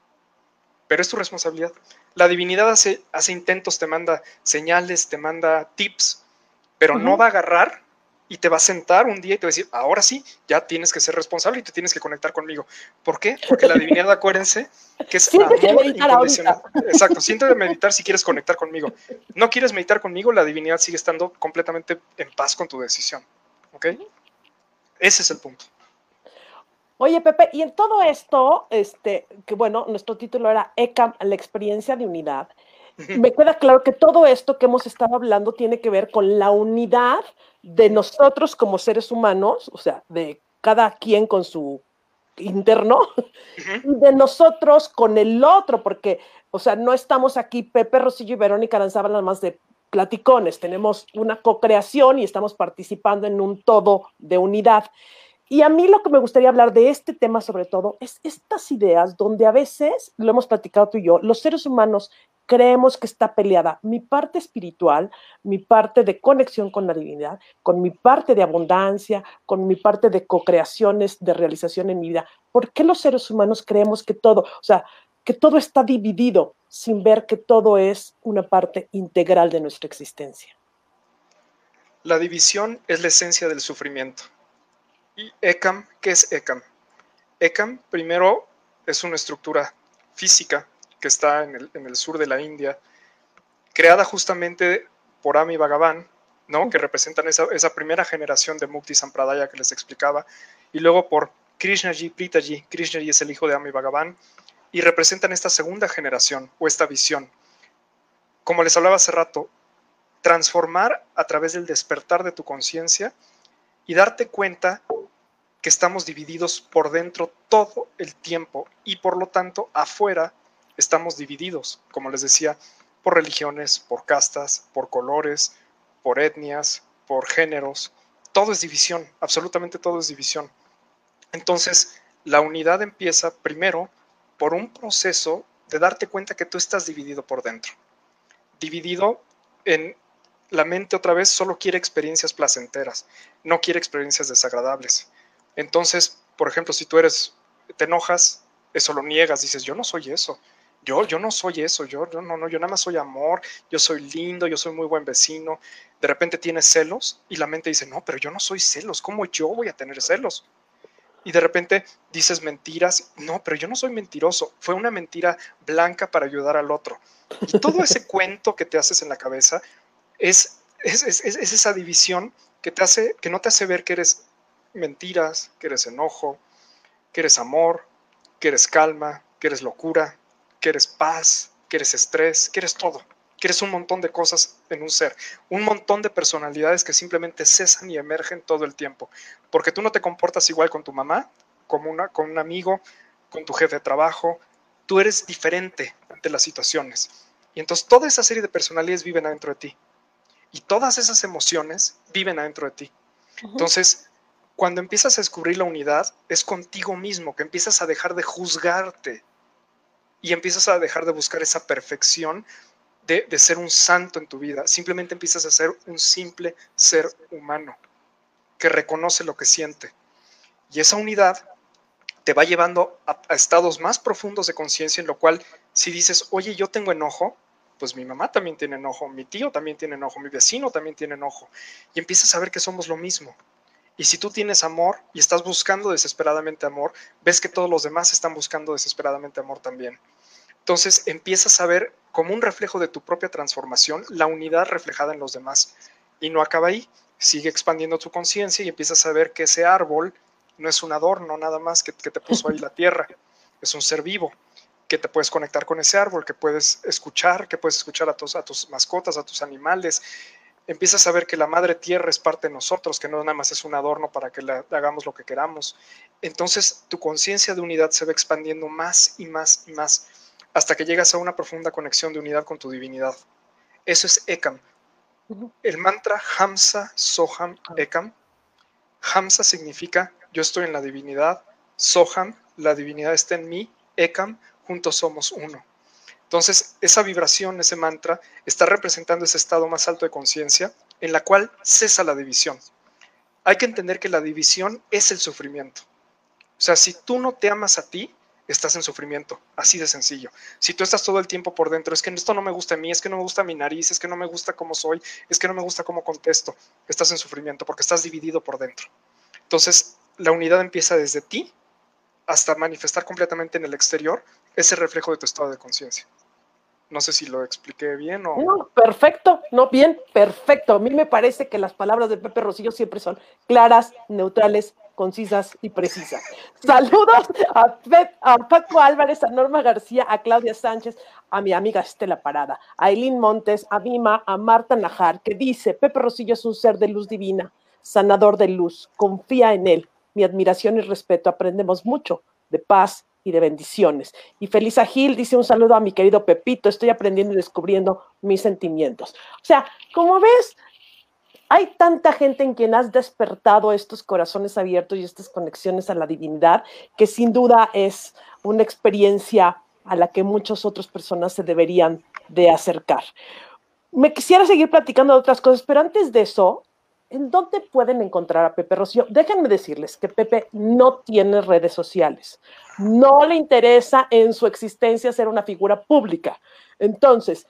Pero es tu responsabilidad. La divinidad hace intentos, te manda señales, te manda tips, pero no va a agarrar y te va a sentar un día y te va a decir, ahora sí, ya tienes que ser responsable y te tienes que conectar conmigo. ¿Por qué? Porque la divinidad, acuérdense, que es amor incondicional. Exacto, siéntate a meditar si quieres conectar conmigo. No quieres meditar conmigo, la divinidad sigue estando completamente en paz con tu decisión. ¿Ok? Ese es el punto. Oye, Pepe, y en todo esto, que bueno, nuestro título era ECAM, la experiencia de unidad. Me queda claro que todo esto que hemos estado hablando tiene que ver con la unidad de nosotros como seres humanos, o sea, de cada quien con su interno, y de nosotros con el otro, porque, o sea, no estamos aquí Pepe Rosillo y Verónica Aranzábal nada más de platicones, tenemos una co-creación y estamos participando en un todo de unidad. Y a mí lo que me gustaría hablar de este tema sobre todo es estas ideas donde a veces, lo hemos platicado tú y yo, los seres humanos creemos que está peleada mi parte espiritual, mi parte de conexión con la divinidad, con mi parte de abundancia, con mi parte de co-creaciones, de realización en mi vida. ¿Por qué los seres humanos creemos que todo, o sea, que todo está dividido sin ver que todo es una parte integral de nuestra existencia? La división es la esencia del sufrimiento. ¿Y ECAM? ¿Qué es ECAM? ECAM primero es una estructura física que está en el sur de la India, creada justamente por Ami Bhagavan, ¿no? Que representan esa primera generación de Mukti Sampradaya que les explicaba, y luego por Krishnaji Pritaji. Krishnaji es el hijo de Ami Bhagavan, y representan esta segunda generación o esta visión. Como les hablaba hace rato, transformar a través del despertar de tu conciencia y darte cuenta que estamos divididos por dentro todo el tiempo y por lo tanto afuera estamos divididos, como les decía, por religiones, por castas, por colores, por etnias, por géneros. Todo es división, absolutamente todo es división. Entonces, la unidad empieza primero por un proceso de darte cuenta que tú estás dividido por dentro. Dividido en la mente otra vez solo quiere experiencias placenteras, no quiere experiencias desagradables. Entonces, Por ejemplo, si te enojas, eso lo niegas, dices, yo no soy eso. Yo no soy eso, yo nada más soy amor, yo soy lindo, yo soy muy buen vecino. De repente tienes celos y la mente dice, no, pero yo no soy celos, ¿cómo yo voy a tener celos? Y de repente dices mentiras, no, pero yo no soy mentiroso, fue una mentira blanca para ayudar al otro. Y todo ese cuento que te haces en la cabeza es esa división que no te hace ver que eres mentiras, que eres enojo, que eres amor, que eres calma, que eres locura, que eres paz, que eres estrés, que eres todo, que eres un montón de cosas en un ser, un montón de personalidades que simplemente cesan y emergen todo el tiempo, porque tú no te comportas igual con tu mamá, con un amigo, con tu jefe de trabajo, tú eres diferente ante las situaciones. Y entonces toda esa serie de personalidades viven adentro de ti. Y todas esas emociones viven adentro de ti. Entonces, cuando empiezas a descubrir la unidad, es contigo mismo, que empiezas a dejar de juzgarte y empiezas a dejar de buscar esa perfección de ser un santo en tu vida. Simplemente empiezas a ser un simple ser humano que reconoce lo que siente. Y esa unidad te va llevando a estados más profundos de conciencia, en lo cual si dices, oye, yo tengo enojo, pues mi mamá también tiene enojo, mi tío también tiene enojo, mi vecino también tiene enojo. Y empiezas a ver que somos lo mismo. Y si tú tienes amor y estás buscando desesperadamente amor, ves que todos los demás están buscando desesperadamente amor también. Entonces empiezas a ver como un reflejo de tu propia transformación la unidad reflejada en los demás. Y no acaba ahí, sigue expandiendo tu conciencia y empiezas a ver que ese árbol no es un adorno nada más que te puso ahí la tierra, es un ser vivo, que te puedes conectar con ese árbol, que puedes escuchar a tus mascotas, a tus animales. Empiezas a ver que la madre tierra es parte de nosotros, que no nada más es un adorno para que le hagamos lo que queramos. Entonces tu conciencia de unidad se va expandiendo más y más y más, hasta que llegas a una profunda conexión de unidad con tu divinidad. Eso es Ekam. El mantra Hamsa Soham Ekam. Hamsa significa yo estoy en la divinidad, Soham, la divinidad está en mí, Ekam, juntos somos uno. Entonces, esa vibración, ese mantra, está representando ese estado más alto de conciencia en la cual cesa la división. Hay que entender que la división es el sufrimiento. O sea, si tú no te amas a ti, estás en sufrimiento, así de sencillo. Si tú estás todo el tiempo por dentro, es que esto no me gusta a mí, es que no me gusta mi nariz, es que no me gusta cómo soy, es que no me gusta cómo contesto, estás en sufrimiento porque estás dividido por dentro. Entonces, la unidad empieza desde ti hasta manifestar completamente en el exterior ese reflejo de tu estado de conciencia. No sé si lo expliqué bien o... No, perfecto, no, bien, perfecto. A mí me parece que las palabras de Pepe Rosillo siempre son claras, neutrales, concisas y precisas. Saludos a Paco Álvarez, a Norma García, a Claudia Sánchez, a mi amiga Estela Parada, a Eileen Montes, a Mima, a Marta Najar, que dice, Pepe Rosillo es un ser de luz divina, sanador de luz, confía en él. Mi admiración y respeto, aprendemos mucho de paz y de bendiciones. Y Felisa Gil dice un saludo a mi querido Pepito, estoy aprendiendo y descubriendo mis sentimientos. O sea, como ves, hay tanta gente en quien has despertado estos corazones abiertos y estas conexiones a la divinidad, que sin duda es una experiencia a la que muchas otras personas se deberían de acercar. Me quisiera seguir platicando de otras cosas, pero antes de eso, ¿en dónde pueden encontrar a Pepe Rosillo? Déjenme decirles que Pepe no tiene redes sociales. No le interesa en su existencia ser una figura pública. Entonces,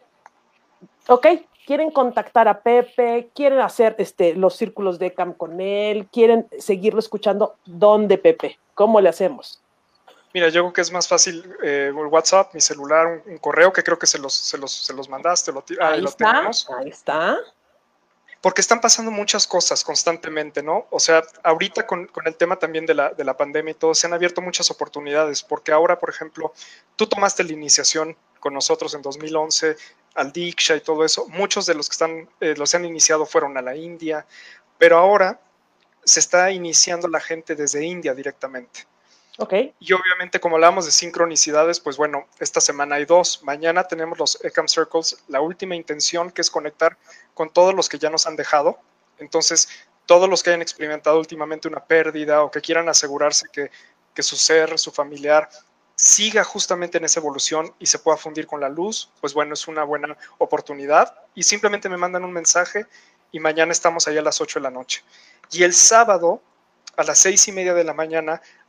ok, quieren contactar a Pepe, quieren hacer los círculos de ECAM con él, quieren seguirlo escuchando. ¿Dónde, Pepe? ¿Cómo le hacemos? Mira, yo creo que es más fácil WhatsApp, mi celular, un correo, que creo que se los mandaste, Ahí lo está, tenemos. ahí está. Porque están pasando muchas cosas constantemente, ¿no? O sea, ahorita con el tema también de la pandemia y todo, se han abierto muchas oportunidades, porque ahora, por ejemplo, tú tomaste la iniciación con nosotros en 2011, al Diksha y todo eso, muchos de los que los han iniciado fueron a la India, pero ahora se está iniciando la gente desde India directamente. Okay. Y obviamente, como hablábamos de sincronicidades, pues bueno, esta semana hay dos. Mañana tenemos los ECAM Circles, la última intención, que es conectar con todos los que ya nos han dejado. Entonces, todos los que hayan experimentado últimamente una pérdida o que quieran asegurarse que su ser, su familiar, siga justamente en esa evolución y se pueda fundir con la luz, pues bueno, es una buena oportunidad. Y simplemente me mandan un mensaje y mañana estamos ahí a las 8 de la noche. Y el sábado, a las 6:30 de la mañana,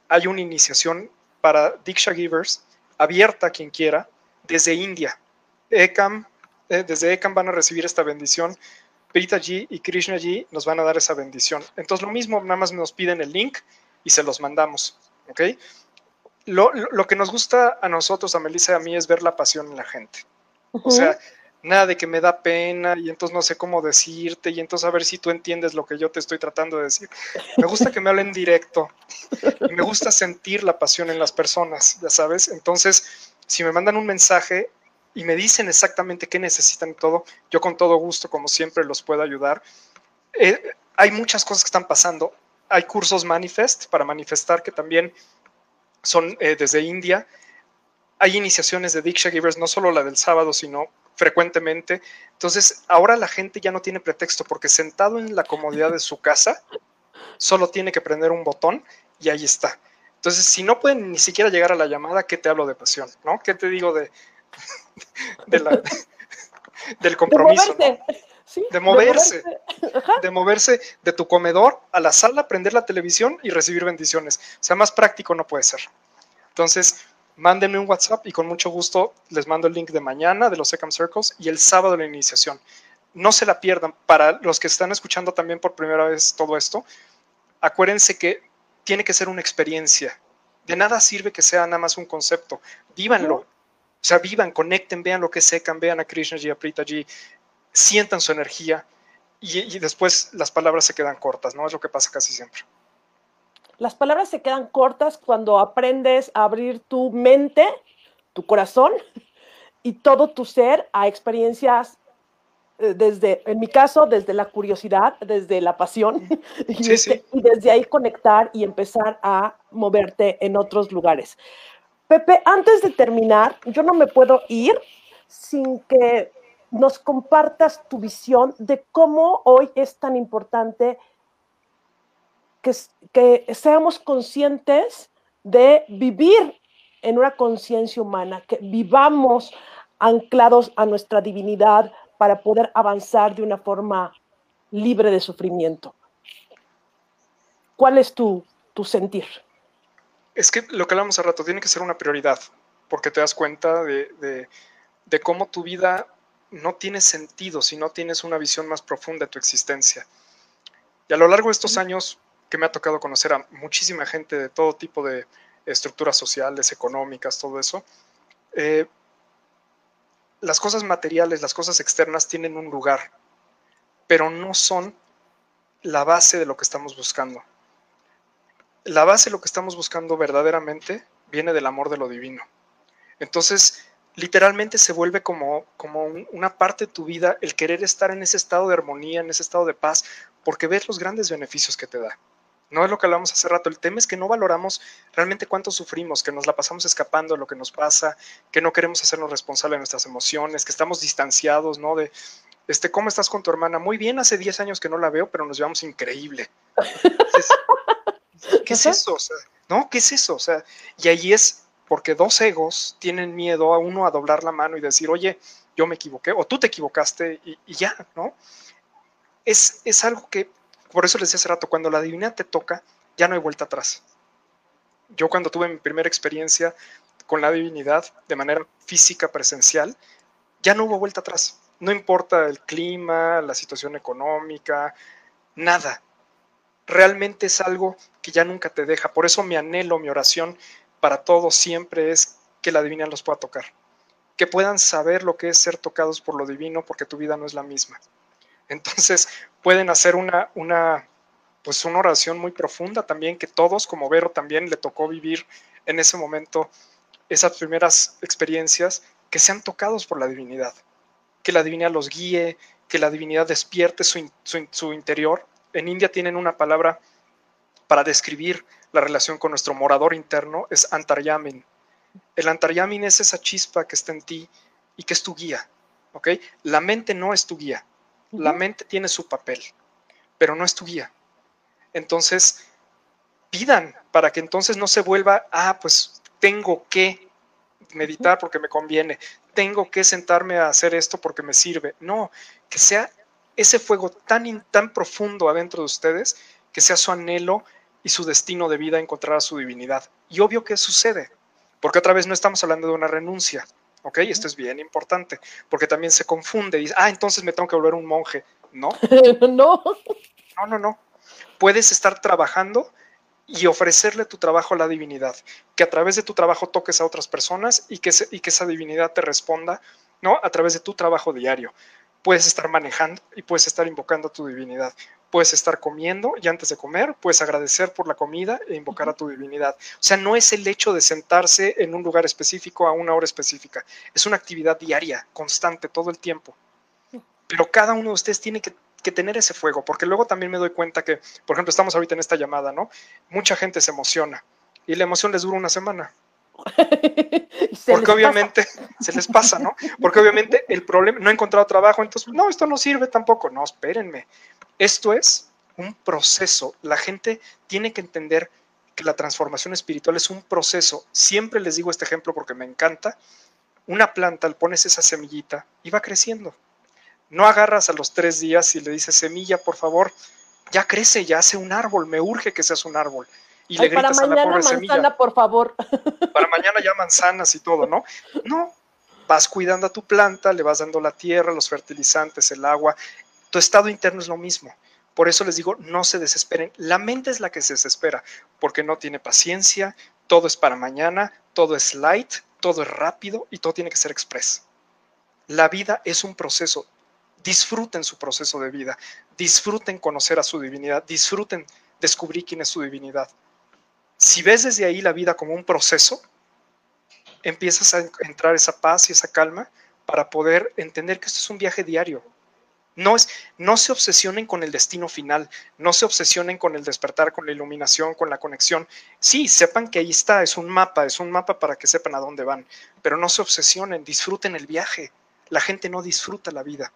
hay una iniciación para Diksha Givers, abierta a quien quiera, desde India. Desde Ekam van a recibir esta bendición. Prita Ji y Krishna Ji nos van a dar esa bendición. Entonces lo mismo, nada más nos piden el link y se los mandamos. ¿Ok? Lo que nos gusta a nosotros, a Melissa y a mí, es ver la pasión en la gente. O sea, nada de que me da pena y entonces no sé cómo decirte y entonces a ver si tú entiendes lo que yo te estoy tratando de decir. Me gusta que me hablen directo y me gusta sentir la pasión en las personas, ya sabes. Entonces, si me mandan un mensaje y me dicen exactamente qué necesitan y todo, yo con todo gusto, como siempre, los puedo ayudar. Hay muchas cosas que están pasando. Hay cursos Manifest para manifestar que también son desde India. Hay iniciaciones de Diksha Givers, no solo la del sábado, sino frecuentemente. Entonces, ahora la gente ya no tiene pretexto porque sentado en la comodidad de su casa, solo tiene que prender un botón y ahí está. Entonces, si no pueden ni siquiera llegar a la llamada, ¿qué te hablo de pasión? ¿No? ¿Qué te digo del compromiso? De moverse, ¿no? ¿sí? De moverse. Ajá. De moverse de tu comedor a la sala, prender la televisión y recibir bendiciones. O sea, más práctico no puede ser. Entonces, mándenme un WhatsApp y con mucho gusto les mando el link de mañana de los Second Circles y el sábado de la iniciación. No se la pierdan. Para los que están escuchando también por primera vez todo esto, acuérdense que tiene que ser una experiencia. De nada sirve que sea nada más un concepto. Vívanlo. O sea, vivan, conecten, vean lo que secan, vean a Krishnaji, a Pritaji, sientan su energía y después las palabras se quedan cortas, ¿no? Es lo que pasa casi siempre. Las palabras se quedan cortas cuando aprendes a abrir tu mente, tu corazón y todo tu ser a experiencias desde, en mi caso, desde la curiosidad, desde la pasión, Sí, sí. y desde ahí conectar y empezar a moverte en otros lugares. Pepe, antes de terminar, yo no me puedo ir sin que nos compartas tu visión de cómo hoy es tan importante que seamos conscientes de vivir en una conciencia humana, que vivamos anclados a nuestra divinidad para poder avanzar de una forma libre de sufrimiento. ¿Cuál es tu sentir? Es que lo que hablamos hace rato tiene que ser una prioridad, porque te das cuenta de cómo tu vida no tiene sentido si no tienes una visión más profunda de tu existencia. Y a lo largo de estos años que me ha tocado conocer a muchísima gente de todo tipo de estructuras sociales, económicas, todo eso, las cosas materiales, las cosas externas tienen un lugar, pero no son la base de lo que estamos buscando. La base de lo que estamos buscando verdaderamente viene del amor de lo divino. Entonces, literalmente se vuelve como una parte de tu vida el querer estar en ese estado de armonía, en ese estado de paz, porque ves los grandes beneficios que te da. No es lo que hablamos hace rato. El tema es que no valoramos realmente cuánto sufrimos, que nos la pasamos escapando de lo que nos pasa, que no queremos hacernos responsables de nuestras emociones, que estamos distanciados, ¿no? ¿Cómo estás con tu hermana? Muy bien, hace 10 años que no la veo, pero nos llevamos increíble. Entonces, ¿qué es eso? O sea, ¿no? ¿Qué es eso? O sea, y ahí es porque dos egos tienen miedo a uno a doblar la mano y decir, oye, yo me equivoqué, o tú te equivocaste y ya, ¿no? Es algo que, por eso les decía hace rato, cuando la divinidad te toca, ya no hay vuelta atrás. Yo cuando tuve mi primera experiencia con la divinidad de manera física, presencial, ya no hubo vuelta atrás. No importa el clima, la situación económica, nada. Realmente es algo que ya nunca te deja. Por eso mi anhelo, mi oración para todos siempre es que la divinidad los pueda tocar. Que puedan saber lo que es ser tocados por lo divino, porque tu vida no es la misma. Entonces pueden hacer pues una oración muy profunda también, que todos, como Vero también le tocó vivir en ese momento, esas primeras experiencias, que sean tocados por la divinidad. Que la divinidad los guíe, que la divinidad despierte su interior. En India tienen una palabra para describir la relación con nuestro morador interno, es antaryamin. El antaryamin es esa chispa que está en ti y que es tu guía, ¿ok? La mente no es tu guía. La mente tiene su papel, pero no es tu guía. Entonces, pidan para que entonces no se vuelva, pues tengo que meditar porque me conviene, tengo que sentarme a hacer esto porque me sirve. No, que sea ese fuego tan profundo adentro de ustedes, que sea su anhelo y su destino de vida encontrará su divinidad. Y obvio que sucede, porque otra vez no estamos hablando de una renuncia, ¿ok? Esto es bien importante, porque también se confunde y dice, entonces me tengo que volver un monje. No. No. No, no, no. Puedes estar trabajando y ofrecerle tu trabajo a la divinidad, que a través de tu trabajo toques a otras personas y que esa divinidad te responda, ¿no? A través de tu trabajo diario. Puedes estar manejando y puedes estar invocando a tu divinidad. Puedes estar comiendo y antes de comer puedes agradecer por la comida e invocar a tu divinidad. O sea, no es el hecho de sentarse en un lugar específico a una hora específica. Es una actividad diaria, constante, todo el tiempo. Pero cada uno de ustedes tiene que tener ese fuego, porque luego también me doy cuenta que, por ejemplo, estamos ahorita en esta llamada, ¿no? Mucha gente se emociona y la emoción les dura una semana. Porque obviamente se les pasa, ¿no? Porque obviamente el problema, no he encontrado trabajo, entonces, no, esto no sirve tampoco. No, espérenme. Esto es un proceso. La gente tiene que entender que la transformación espiritual es un proceso. Siempre les digo este ejemplo porque me encanta. Una planta, le pones esa semillita y va creciendo. No agarras a los 3 días y le dices, semilla, por favor, ya crece, ya hace un árbol, me urge que seas un árbol. Y le gritas a la pobre semilla. Para mañana manzana, por favor. Para mañana ya manzanas y todo, ¿no? No, vas cuidando a tu planta, le vas dando la tierra, los fertilizantes, el agua. Tu estado interno es lo mismo. Por eso les digo, no se desesperen. La mente es la que se desespera, porque no tiene paciencia, todo es para mañana, todo es light, todo es rápido y todo tiene que ser express. La vida es un proceso. Disfruten su proceso de vida, disfruten conocer a su divinidad, disfruten descubrir quién es su divinidad. Si ves desde ahí la vida como un proceso, empiezas a entrar esa paz y esa calma para poder entender que esto es un viaje diario. No se obsesionen con el destino final, no se obsesionen con el despertar, con la iluminación, con la conexión. Sí, sepan que ahí está, es un mapa para que sepan a dónde van, pero no se obsesionen, disfruten el viaje. La gente no disfruta la vida.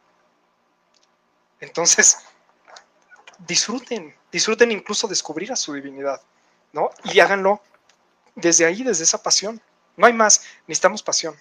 Entonces, disfruten incluso descubrir a su divinidad, ¿no? Y háganlo desde ahí, desde esa pasión. No hay más, necesitamos pasión.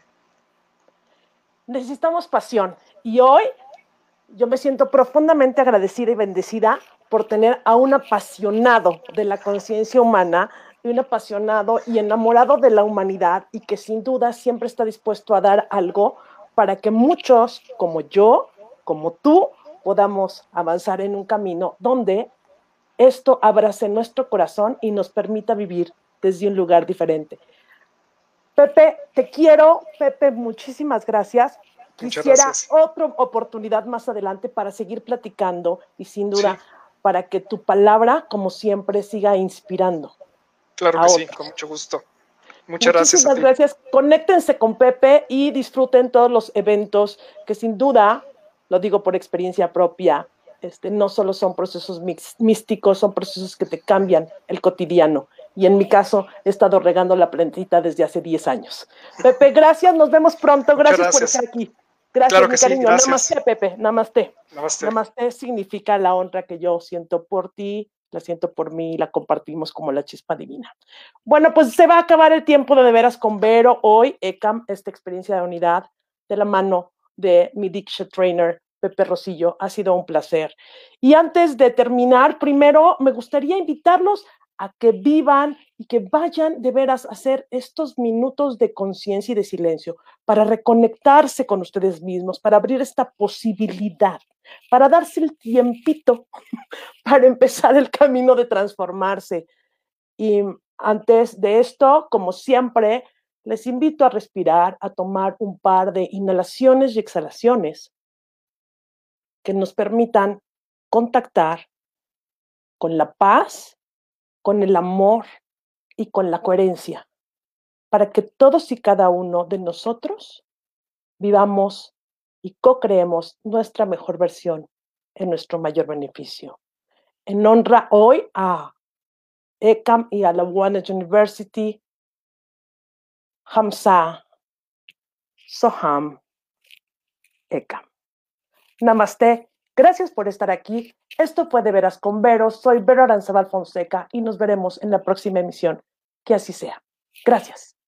Necesitamos pasión. Y hoy yo me siento profundamente agradecida y bendecida por tener a un apasionado de la conciencia humana y un apasionado y enamorado de la humanidad y que sin duda siempre está dispuesto a dar algo para que muchos, como yo, como tú, podamos avanzar en un camino donde esto abrace nuestro corazón y nos permita vivir desde un lugar diferente. Pepe, te quiero. Pepe, muchísimas gracias. Quisiera otra oportunidad más adelante para seguir platicando y sin duda sí, para que tu palabra, como siempre, siga inspirando. Claro que sí, con mucho gusto. Muchas gracias a ti. Gracias. Conéctense con Pepe y disfruten todos los eventos que sin duda, lo digo por experiencia propia, no solo son procesos místicos, son procesos que te cambian el cotidiano. Y en mi caso, he estado regando la plantita desde hace 10 años. Pepe, gracias, nos vemos pronto. Gracias por estar aquí. Gracias, claro mi cariño. Sí, gracias. Namaste, Pepe, namaste. Namaste. Namaste significa la honra que yo siento por ti, la siento por mí, la compartimos como la chispa divina. Bueno, pues se va a acabar el tiempo de veras con Vero. Hoy, ECAM, esta experiencia de unidad, de la mano de mi Diksha Trainer, Pepe Rosillo, ha sido un placer. Y antes de terminar, primero me gustaría invitarlos a que vivan y que vayan de veras a hacer estos minutos de conciencia y de silencio para reconectarse con ustedes mismos, para abrir esta posibilidad, para darse el tiempito para empezar el camino de transformarse. Y antes de esto, como siempre, les invito a respirar, a tomar un par de inhalaciones y exhalaciones que nos permitan contactar con la paz, con el amor y con la coherencia, para que todos y cada uno de nosotros vivamos y co-creemos nuestra mejor versión en nuestro mayor beneficio. En honra hoy a ECAM y a la One University, Hamsa, Soham, ECAM. Namaste, gracias por estar aquí. Esto fue De Veras con Vero. Soy Vero Aranzábal Fonseca y nos veremos en la próxima emisión. Que así sea. Gracias.